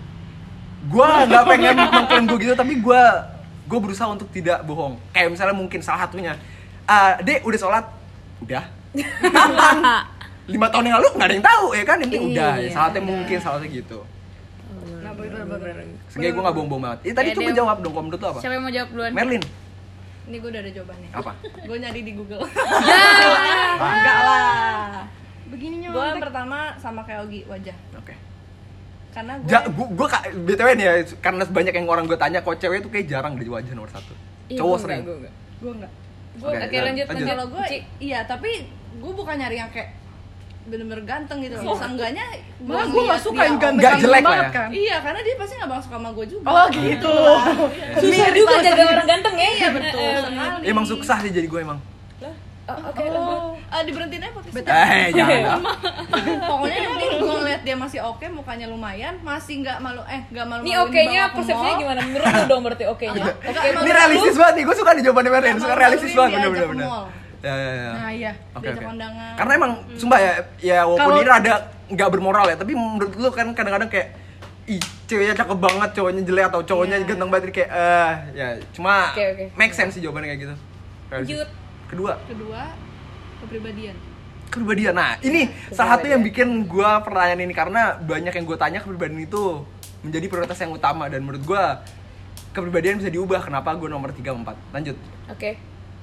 Gue nggak pengen mengklaim gue gitu, tapi gue gue berusaha untuk tidak bohong. Kayak misalnya mungkin salah satunya, ah Dek udah sholat, udah. Kapan? Lima tahun yang lalu nggak ada yang tahu ya kan? Yang penting udah. Ya, salatnya mungkin salatnya gitu.
Nah, bener-bener.
Sehingga gue nggak bohong-bohong banget. Eh, tadi
Ya,
coba
Dem.
jawab dong, kalau menurut lu apa?
Siapa yang mau jawab duluan?
Merlin,
Ini gue udah ada jawabannya.
apa?
Gue nyari di Google.
Ya.
Enggak lah.
Begininya
Gue yang
orang
pertama sama kayak Ogi, wajah.
Oke.
Karena gue
Ja, gua, gua ka- B T W nih ya, karena banyak yang orang gue tanya, kok cewek tuh kayak jarang dari wajah nomor satu.
Ih,
Cowok
gua
sering.
enggak, gua enggak.
gue enggak.
gue
Oke,
Oke, lanjut,
lanjut.
kalau gue
Ci.
iya, tapi gue bukan nyari yang kayak bener-bener ganteng gitu loh. Seenggaknya
Malah gue gak
ngeliat
suka
dia
yang
oke.
ganteng
Nggak jelek lah
banget
ya.
kan.
Iya, karena dia pasti gak bakal suka sama gue juga.
Oh gitu.
Susah juga jaga orang ganteng ya.
Iya betul sekali.
Emang susah sih jadi gue emang.
Oh, oke.
Oh, ah, diberhentiin aja podcast.
Eh, jangan.
Pokoknya yang penting gue ngeliat dia masih oke, mukanya lumayan, masih nggak malu eh nggak malu.
Ini oke-nya persepsinya gimana? Menurut lu dong berarti oke-nya. Oke,
Ini realistis banget nih, gue suka nih jawabannya Merlin, suka realistis banget,
Diajak
bener-bener.
ke
bener.
mall.
Ya, ya, ya.
Nah iya.
Oke,
Diajak
oke.
kondangan.
Karena emang, sumpah ya, ya walaupun
Kalau-
ini rada nggak bermoral ya, tapi menurut lu kan kadang-kadang kayak ih, ceweknya cakep banget, cowoknya jelek atau cowoknya
Iya.
ganteng banget kayak eh ya cuma
Oke, oke.
make sense sih jawabannya kayak gitu. Realistis.
Lanjut.
Kedua,
Kedua, kepribadian.
kepribadian. Nah, ini salah satu yang bikin gua pertanyaan ini karena banyak yang gue tanya kepribadian itu menjadi prioritas yang utama dan menurut gua kepribadian bisa diubah. Kenapa gue nomor tiga empat? Lanjut.
Oke.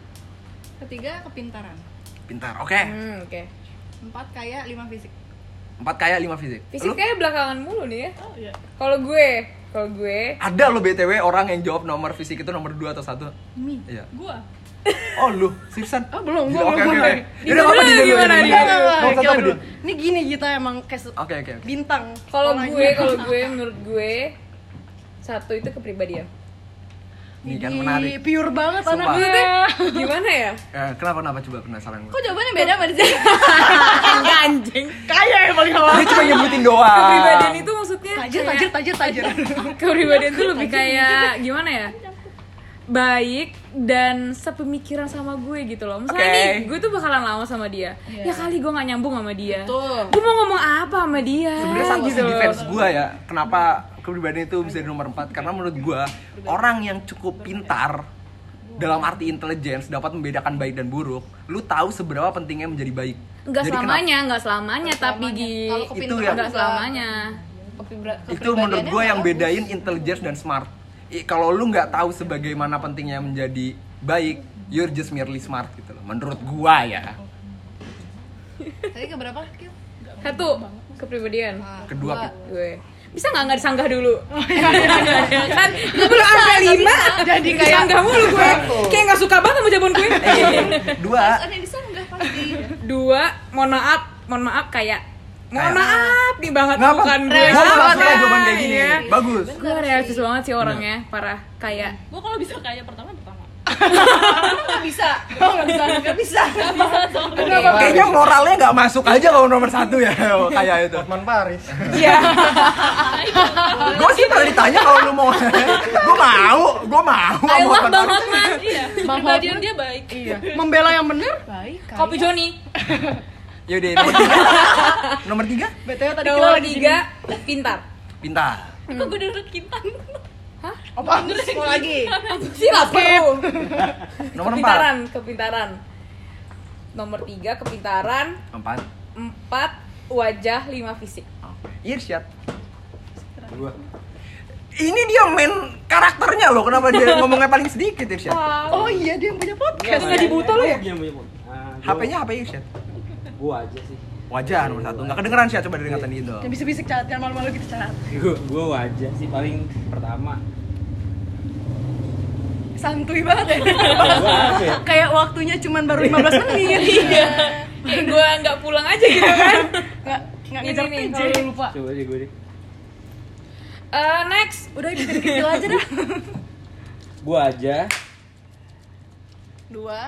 Ketiga, kepintaran.
Pintar. Oke.
Hmm, oke.
Empat, kaya, lima fisik.
Empat kaya, lima fisik.
Fisik
Lu-
kayak belakangan mulu nih ya.
Oh iya.
Kalau gue, kalau gue
ada lo B T W orang yang jawab nomor fisik itu nomor dua atau satu?
Mi.
Iya.
Gua.
Oh lu, Sirsan?
Oh belum,
Gila,
belum,
oke,
belum.
oke, oke.
Ini
Yaudah, apa
dulu
di dulu,
gimana
di
nih?
dulu.
Enggak, enggak,
Nomor satu
enggak,
apa,
dulu.
Din?
Ini gini kita emang kayak se-
Oke, oke, oke.
bintang.
kalau
Orangnya.
gue, kalau gue menurut gue satu itu kepribadian.
Ini kan
Ih,
menarik.
pure banget
Sumpah.
anaknya.
Gimana ya?
Eh, kenapa kenapa coba penasaran gue?
Kok jawabannya beda sama dia?
Enggak anjing.
Kaya yang paling awal.
Dia cuma nyebutin doang.
Kepribadian itu maksudnya
Tajir,
kayak-
tajir, tajir, tajir.
kepribadian itu lebih kayak gimana ya, baik dan sepemikiran sama gue gitu loh. Misalnya
Oke.
nih gue tuh bakalan lama sama dia, ya kali gue nggak nyambung sama dia,
Betul.
gue mau ngomong apa sama dia
Sebenarnya satu
gitu
sih
loh.
defense gue ya, kenapa kepribadian itu bisa di nomor empat? Karena menurut gue orang yang cukup pintar dalam arti intelligence dapat membedakan baik dan buruk. Lu tahu seberapa pentingnya menjadi baik.
Nggak
Jadi
selamanya, nggak selamanya,
Nggak
tapi
selamanya.
Gi
Kalau
Itu
kepintaran
ya.
nggak
juga.
selamanya.
Kepibra-
kenapa- itu menurut gue yang
kepribadiannya
bedain
bagus.
intelligence dan smart. I, kalau lu nggak tahu sebagaimana pentingnya menjadi baik, you're just merely smart gitu loh. Menurut gua ya.
Tadi keberapa, Kil?
Satu kepribadian
Ah,
Kedua,
dua.
gue bisa nggak nggak disanggah dulu ya kan gue belum sampai lima jadi kayak disanggah mulu gue kayak nggak suka banget sama jawaban gue
Eh, dua.
Kan yang disanggah pasti.
dua mohon maaf mohon maaf kayak Mohon
Kayak-
maaf nih banget
Nggak apa,
bukan gue.
gue malah
Sama,
suka jawaban kayak gini.
ya.
Bagus.
Gue realistis banget sih orangnya, parah. Kayak
Gue kalau bisa kaya pertama pertama.
Nggak bisa. Oh, nggak bisa. Nggak bisa.
Kenapa? Kayaknya moralnya nggak masuk aja kalau nomor satu ya kayak itu.
Hotman Paris.
iya.
Gue sih tadi ditanya kalau lu mau, gue mau, gue mau.
I
mau
love
Hotman
Bang
Paris.
Hotman.
Iya.
Bang
Kepribadian dia baik.
Iya. Membela yang bener.
Baik. kaya.
Kopi Joni.
Yaudah, nomor tiga. Nomor tiga?
B T W tadi kita
Nomor
lagi
tiga, pintar.
Pintar.
Kok gue denger Kintan?
Apa? Mau lagi.
Sih lah perlu.
Nomor empat.
Kepintaran, kepintaran. Nomor tiga, kepintaran.
Empat.
Empat, wajah, lima fisik.
Irsyad.
Gua.
Ini dia main karakternya loh. Kenapa dia ngomongnya paling sedikit Irsyad?
Oh iya dia yang punya podcast.
nggak dibuta lo ya?
Dia yang punya podcast. Ah,
H
gua-
P-nya H P Irsyad.
Gua aja sih.
Wajah nomor satu. Nggak kedengeran sih, coba didengarkan gitu.
Yang bisik-bisik cat, jangan malu-malu gitu cat.
Gua gua wajah sih paling pertama.
Santuy banget ya.
Gua apa ya?
Kayak waktunya cuman baru lima belas menit. Iya.
Kayak gue nggak pulang aja gitu kan.
Nggak nggak
Ini
ngejar
nih,
P J.
kalau lu lupa.
Coba deh gue deh.
Eh, next.
Udah dikit-dikit aja dah.
Gua aja.
Dua.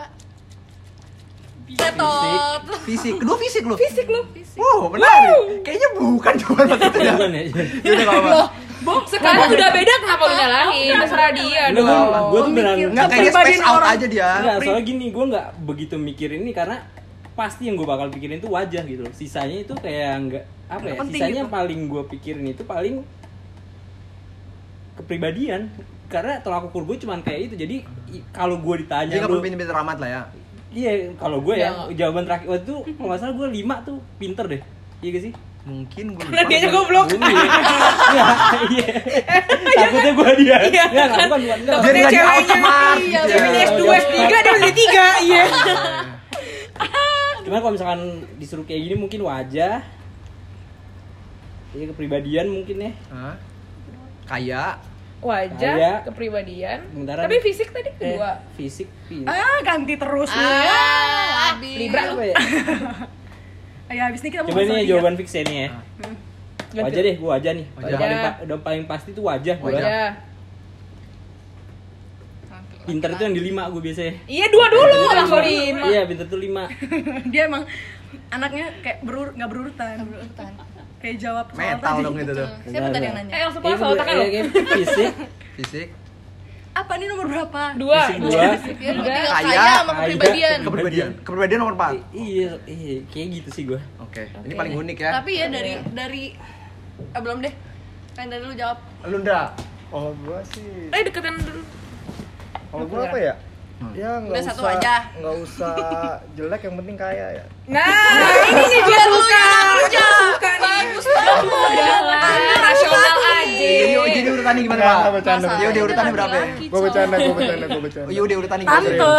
Tetot.
Fisik. Kedua fisik lu.
Fisik lu.
Wow, benar. Kayaknya bukan cuma itu ya.
Bukan ya?
Yaudah nggak apa.
Sekarang udah beda kenapa lu nyalahin? Terserah dia
Enggak,
dong.
gua, gua tuh beneran
Nggak kayak
Kepribadian
space out
orang.
aja dia.
Enggak, soalnya gini, gue nggak begitu mikirin ini karena pasti yang gue bakal pikirin itu wajah gitu loh. Sisanya itu kayak nggak apa ya?
Nggak penting
Sisanya
gitu.
yang paling gue pikirin itu paling kepribadian. Karena tolak ukur gue cuman kayak itu. Jadi i- kalau gue ditanya
Dia nggak
lu,
perlu pinter-pinter amat lah ya.
iya kalau gue ya
Nggak.
jawaban terakhir waktu itu kalau nggak salah gue lima tuh pinter deh. Iya gak sih?
Mungkin gue
Karena dia juga goblok.
Bumi ya. Iya, iya. Takutnya gue dia.
Iya,
Enggak, enggak, bukan, bukan. enggak.
Biar nggak di outsmart
Iya,
gitu
tapi dia
ya.
S dua, S tiga, dia udah tiga. Iya.
Cuman kalau misalkan disuruh kayak gini mungkin wajah. Iya kepribadian mungkin ya.
Hah? Kayak
Wajah,
Ada.
kepribadian.
Bentaran.
Tapi fisik tadi
Eh,
kedua.
fisik, fisik.
Ah, ganti terus nih.
Ah, habis.
Libra
Apa ya?
Ya habis ini kita mau
Coba
masuk
nih
lagi
jawaban fix ya nih ya.
Ganti.
Wajah deh, gua wajah nih.
Wajah.
Udah paling, pa- udah paling pasti tuh wajah. gua.
Wajah.
Wajah.
Pinter tuh yang di lima gua biasanya.
Iya, dua dulu langsung lima.
Iya, pinter tuh lima.
Dia emang anaknya kayak berur nggak berurutan.
Urutan.
Kayak jawab soal
metal
tadi.
dong itu tuh.
Siapa tadi yang nanya?
Eh, langsung
Iya,
pas otaknya lo.
fisik,
Fisik,
Apa nih nomor berapa?
Dua.
fisik dua.
Ya,
Tiga.
tiga
Kaya,
kaya sama
kaya.
kepribadian.
kepribadian. Kepribadian nomor empat.
I- Iya, iya, kayak gitu sih gua.
Oke, ini paling unik ya.
Tapi ya dari dari eh, belum deh. Kan dari lu jawab.
Lu Ndra.
Oh, gua sih.
Eh, deketan dulu.
Kalau gua apa ya? Ya nggak
Udah
usah
satu aja.
nggak usah jelek, yang penting kaya ya.
Nah, ini nih dia suka. Dia suka nih.
Bagus banget.
Jangan rasional aja.
Jadi, jadi urutannya gimana,
Nggak,
Pak?
nggak bercanda.
Ya udah urutannya berapa ya?
Gua bercanda, gua bercanda, gua bercanda.
Oh, yaudah urutannya gimana?
Tante.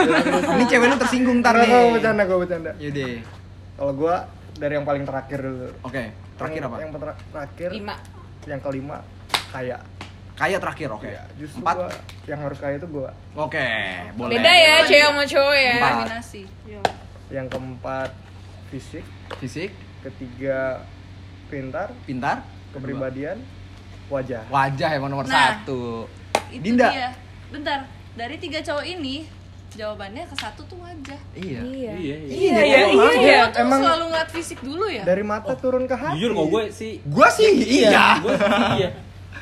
Ini cewek lu tersinggung ntar
Nggak,
nih.
gua bercanda, gua bercanda.
Yaudah.
Kalau gua dari yang paling terakhir dulu.
Oke, terakhir
Yang-
apa?
Yang ter- terakhir.
Lima.
Yang kelima kaya.
Kaya terakhir, oke.
Ya, justru
Empat.
gua yang harus kaya itu gua.
Oke, boleh.
Beda ya, cewek sama cowok ya.
Empat.
Kombinasi.
Yang keempat fisik,
Fisik,
ketiga pintar,
pintar,
kepribadian, wajah.
wajah emang nomor
Nah.
satu.
Itu
Dinda.
dia. Bentar. Dari tiga cowok ini, jawabannya ke satu tuh wajah.
Iya.
Iya.
Iya, iya.
Iya, iya, iya, iya.
Lo tuh
Emang-
selalu ngeliat fisik dulu ya?
Dari mata turun ke hati.
Jujur kok gue sih
Gua sih iya.
Gua sih iya.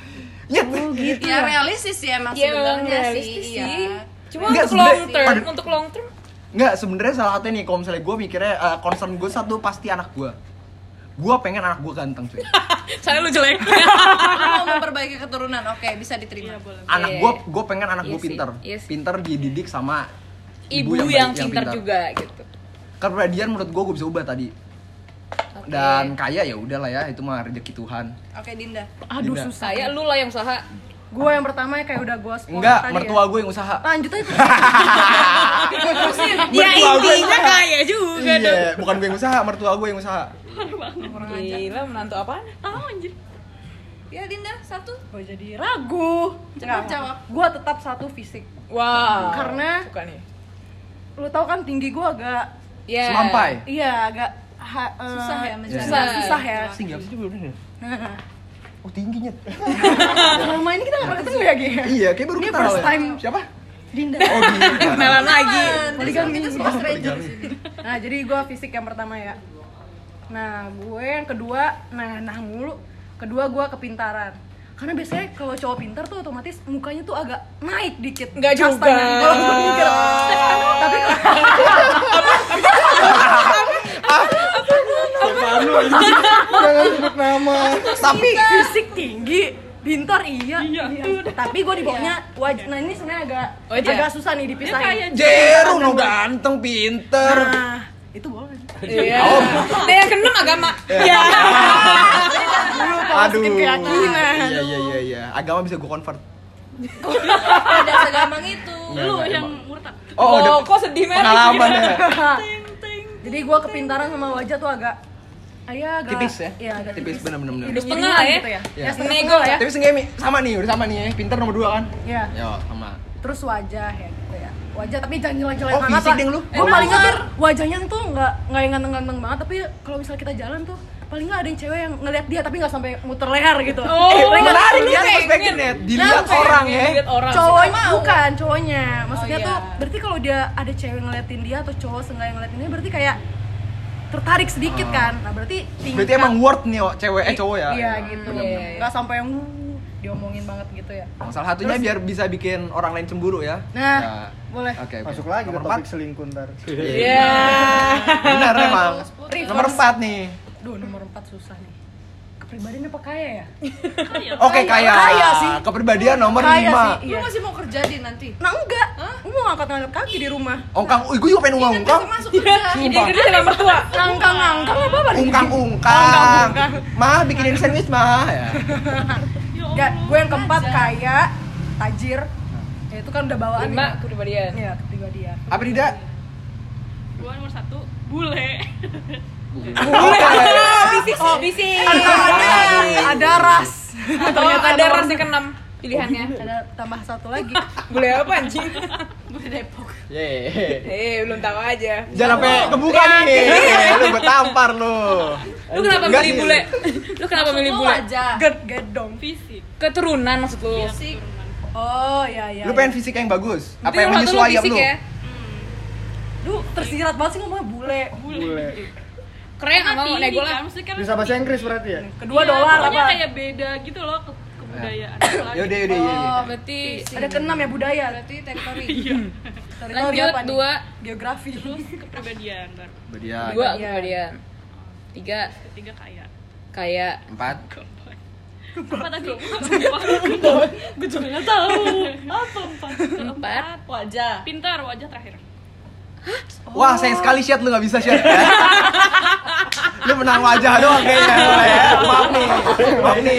Ya,
Ya realistis sih emang
Iya, memang
sebenarnya
realistis
sih.
sih.
Iya.
Cuma
Enggak,
untuk long
sebenarnya-
term,
pada-
untuk long term
Nggak, sebenarnya salah satunya nih, kalau misalnya gue mikirnya eh, concern gue satu pasti anak gue. Gue pengen anak gue ganteng cuy.
soalnya lu jelek.
Lu mau memperbaiki keturunan, oke bisa diterima.
Anak
Iya.
gue, gue pengen anak
Iya
gue
sih,
pinter.
iya sih.
Pinter dididik sama
Ibu
baik-
yang pintar juga gitu.
Kepribadian menurut gue gue bisa ubah tadi.
Oke.
Dan kaya ya udahlah ya, itu mah rezeki Tuhan.
Oke Dinda.
Aduh
Dinda.
susah.
Saya lu lah yang usaha.
Gue yang pertama ya kayak udah gue spot
Enggak,
tadi
mertua
ya.
gue yang usaha.
Lanjut aja.
Ya
Mertua gue yang
intinya
usaha.
kaya juga dong.
Iya, bukan gue yang usaha, mertua gue yang usaha.
Gila, menantu apaan?
Tahu anjir.
Ya Dinda, satu.
Gue jadi ragu.
Cepat jawab.
Gue tetap satu fisik.
Wow.
Karena-
suka nih.
Lu tau kan tinggi gue agak
Ya.
Semampai.
iya agak ah, ha- eh,
Susah ya mencari.
susah, susah ya.
Tinggi apa sih belum ini?
Nah,
Oh tingginya.
selama ini kita nggak pernah ketemu ya Gi?
Iya, kayak baru
Ini
kenal
first
ya.
time.
Siapa?
Dinda.
Oh Dinda.
Kenalan lagi.
Poligami.
Kita semua stranger di sini.
Nah, jadi gue fisik yang pertama ya. Nah, gue yang kedua, nah nah mulu. Kedua gue kepintaran. Karena biasanya kalau cowok pintar tuh otomatis mukanya tuh agak naik dikit.
Nggak juga.
Kastanya. Kalau gue mikir, tapi
Jangan sebut nama.
tapi fisik tinggi, pintar iya. Tapi gue di bawahnya wajah. Nah ini sebenarnya agak
Wajah.
agak susah nih dipisahin.
Jeru no ganteng, pinter.
Nah, itu boleh.
Iya. Nah, yang keenam agama. Iya.
Aduh.
masukin keyakinan.
Iya iya iya iya. Agama bisa gue convert.
Ada segampang itu.
Lu yang murtad.
Oh, udah
Oh, kok sedih banget.
pengalaman ya.
Jadi gue kepintaran sama wajah tuh agak Ayah agak
Tipis ya?
Iya, agak
Tipis, bener-bener, bener.
Hidup
Setengah
ringan
ya?
gitu ya.
Iya.
Ya, setengah
Nego
lah ya.
Tapi seenggaknya sama nih, udah sama nih ya. Pinter nomor dua kan?
Iya.
Yo, sama.
Terus wajah ya gitu ya. Wajah tapi jangan jelek-jelek
Oh,
banget
fisik
lah.
deh lu.
Gue paling nggak wajahnya tuh nggak nggak yang ganteng-ganteng banget, tapi kalau misal kita jalan tuh paling nggak ada yang cewek yang ngeliat dia tapi nggak sampai muter leher gitu.
Oh,
Eh, paling nggak
Menarik
lu
ya
pengen.
perspektif net. Dilihat
Nah,
orang ya.
Lihat orang.
cowoknya bukan cowoknya. Maksudnya
Oh, iya.
tuh berarti kalau dia ada cewek ngeliatin dia atau cowok sengaja ngeliatin dia berarti kayak tertarik sedikit kan. Nah, berarti tingkat
Berarti emang worth nih oh, cewek eh cowok ya.
Iya gitu.
Iya, iya, iya.
Nggak sampai yang "Wuh," diomongin banget gitu ya.
Salah satunya biar bisa bikin orang lain cemburu ya.
Nah,
Ya.
boleh.
Oke. oke.
Masuk lagi ke
Nomor
topik
empat.
selingkuh ntar.
Iya.
Benar emang.
Reverse.
Nomor empat nih.
Duh, nomor empat susah nih. Kepribadian apa kaya ya?
Oke, kaya.
Kaya sih.
Kepribadian nomor
Kaya
lima.
sih.
Lu
Iya.
masih mau kerja di nanti?
Nah enggak, gue mau ngangkat-ngangkat kaki di rumah.
Ongkang, ui, gue juga pengen ungkang-ungkang.
Kan masuk kerja.
Jadi kerja sama mertua.
Ngangkang-ngangkang apa apa nih?
Ungkang-ungkang. Mah, bikinin sandwich mah. Ya.
Enggak, gue yang keempat kaya, tajir. Ya itu kan udah bawaan.
Lima
ya.
kepribadian.
Iya, kepribadian.
Apa tidak?
Gua nomor satu, bule.
Bisik, oh, bisik.
Ada, ada ras.
Atau ada rasnya keenam pilihannya.
Ada tambah satu lagi.
Boleh apa anjing?
Bule Depok.
Yeay.
Eh, belum tahu aja.
Jangan sampai kebuka nih. Lu gue tampar lu.
Lu kenapa
Enggak
milih
sih.
bule? Lu kenapa milih
Lu
bule?
wajah.
Ged, gedong.
Fisik.
Keturunan maksud lu?
Fisik.
Oh, ya ya.
Lu pengen fisik yang bagus? Apa
Berarti
yang
nomor satu lu
menyesuaikan
fisik
lu?
ya?
Lu tersirat banget sih ngomongnya bule.
Bule.
Keren nggak mau
Tinggi
nego
kan,
lah.
maksudnya kan
Bisa bahasa Inggris berarti ya?
Kedua
iya,
dolar
pokoknya
apa?
kayak beda gitu loh ke kebudayaan.
Yaudah, yaudah, iya.
Oh, berarti
Ada keenam ya budaya.
Berarti teritori.
Teritori
lanjut
apa nih?
dua,
Geografi.
Terus kepribadian baru.
Bedian.
dua
Kepribadian.
kemudian tiga
Ketiga kaya.
kayak
Empat.
Apa tadi? Gue juga nggak tahu. Apa empat?
empat
Wajah.
Pintar, wajah terakhir.
Wah, sayang sekali Syed, lu gak bisa Syed ya. Lu menang wajah doang kayaknya ya. Maaf nih. Maaf nih.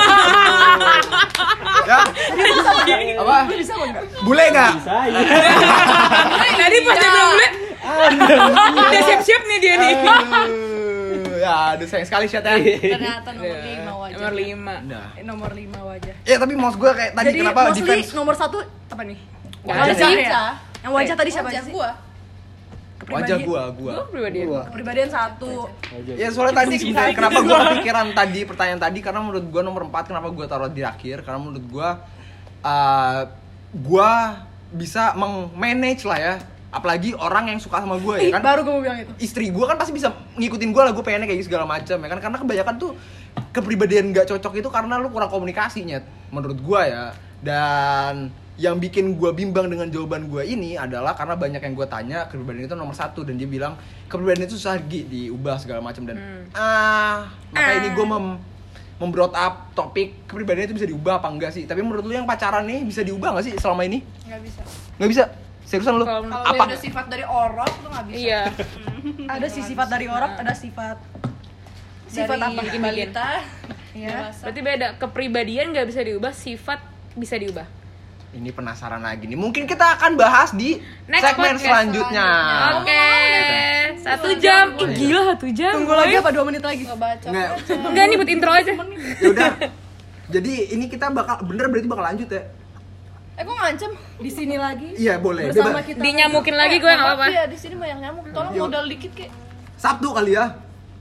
Ya. Apa?
Bisa apa enggak?
Bule gak?
Bisa ya.
tadi pas dia bilang bule udah siap-siap nih dia nih.
Aduh. Ya, aduh sayang sekali Syed ya.
Ternyata nomor lima wajah.
Nomor lima.
Nah.
Eh, nomor lima wajah.
Ya, tapi maksud gue kayak tadi
Jadi
kenapa
mostly
defense
nomor satu apa nih?
Wajah.
Wajah ya?
Wajah.
Yang wajah tadi siapa
Wajah
sih?
gua.
wajah gua, gua.
Gue pribadi.
Gua.
Kepribadian satu.
Ya soalnya tadi kenapa gue kepikiran tadi pertanyaan tadi karena menurut gue nomor empat kenapa gue taruh di akhir karena menurut gue uh, gue bisa meng-manage lah ya apalagi orang yang suka sama gue
Ih,
ya kan
baru gue mau bilang itu.
istri gue kan pasti bisa ngikutin gue lah gue pengennya kayak gitu segala macam ya kan karena kebanyakan tuh kepribadian gak cocok itu karena lu kurang komunikasinya menurut gue ya dan yang bikin gue bimbang dengan jawaban gue ini adalah karena banyak yang gue tanya kepribadian itu nomor satu dan dia bilang kepribadian itu susah Gi, diubah segala macam dan
Hmm.
ah maka
Ah.
ini gue mem membrought up topik kepribadian itu bisa diubah apa enggak sih tapi menurut lu yang pacaran nih bisa diubah nggak sih selama ini
Nggak bisa.
nggak bisa seriusan lu
Kalau
Kalau
apa
udah sifat dari orang tuh nggak bisa.
Iya.
Ada sih sifat dari orang, ada sifat sifat
Dari
apa?
balita.
Ya.
dewasa.
Berarti beda. Kepribadian nggak bisa diubah, sifat bisa diubah.
ini penasaran lagi nih mungkin kita akan bahas di
Next
segmen
podcast
selanjutnya
Oke. Satu jam. Ih gila satu jam.
Tunggu lagi apa dua menit lagi?
Nggak baca.
Nggak.
Enggak nih buat intro aja.
Ya udah. Jadi ini kita bakal bener berarti bakal lanjut ya.
Eh kok ngancem?
Di sini lagi.
Iya, boleh.
Bersama
Bebas.
kita.
Dinyamukin lagi gue nggak apa-apa.
Iya di sini banyak nyamuk. Tolong
Yuk.
modal dikit kek.
Sabtu kali ya.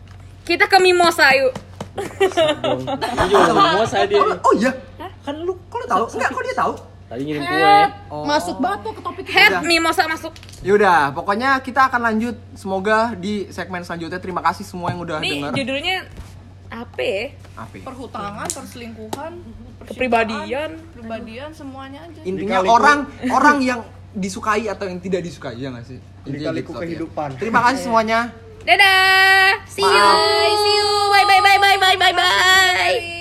Kita ke Mimosa yuk.
Dong. Ini juga mau saya dia.
Oh, oh iya.
Kan lu
Kok lu tahu? Enggak, kok dia tahu?
tadi ngirim kue.
Head.
Oh.
Masuk banget tuh ke topik
Head
Udah.
Mimosa masuk.
Yaudah, pokoknya kita akan lanjut. Semoga di segmen selanjutnya. Terima kasih semua yang udah
Nih
denger.
judulnya apa ya?
Apa ya?
Perhutangan, perselingkuhan,
Kepribadian.
kepribadian semuanya aja.
Intinya
Lika-liku.
orang orang yang disukai atau yang tidak disukai, ya nggak sih? Intinya
Lika-liku
gitu,
kehidupan.
ya. Terima kasih semuanya.
Dadah. See you.
Bye.
See you. Bye bye bye bye bye bye bye.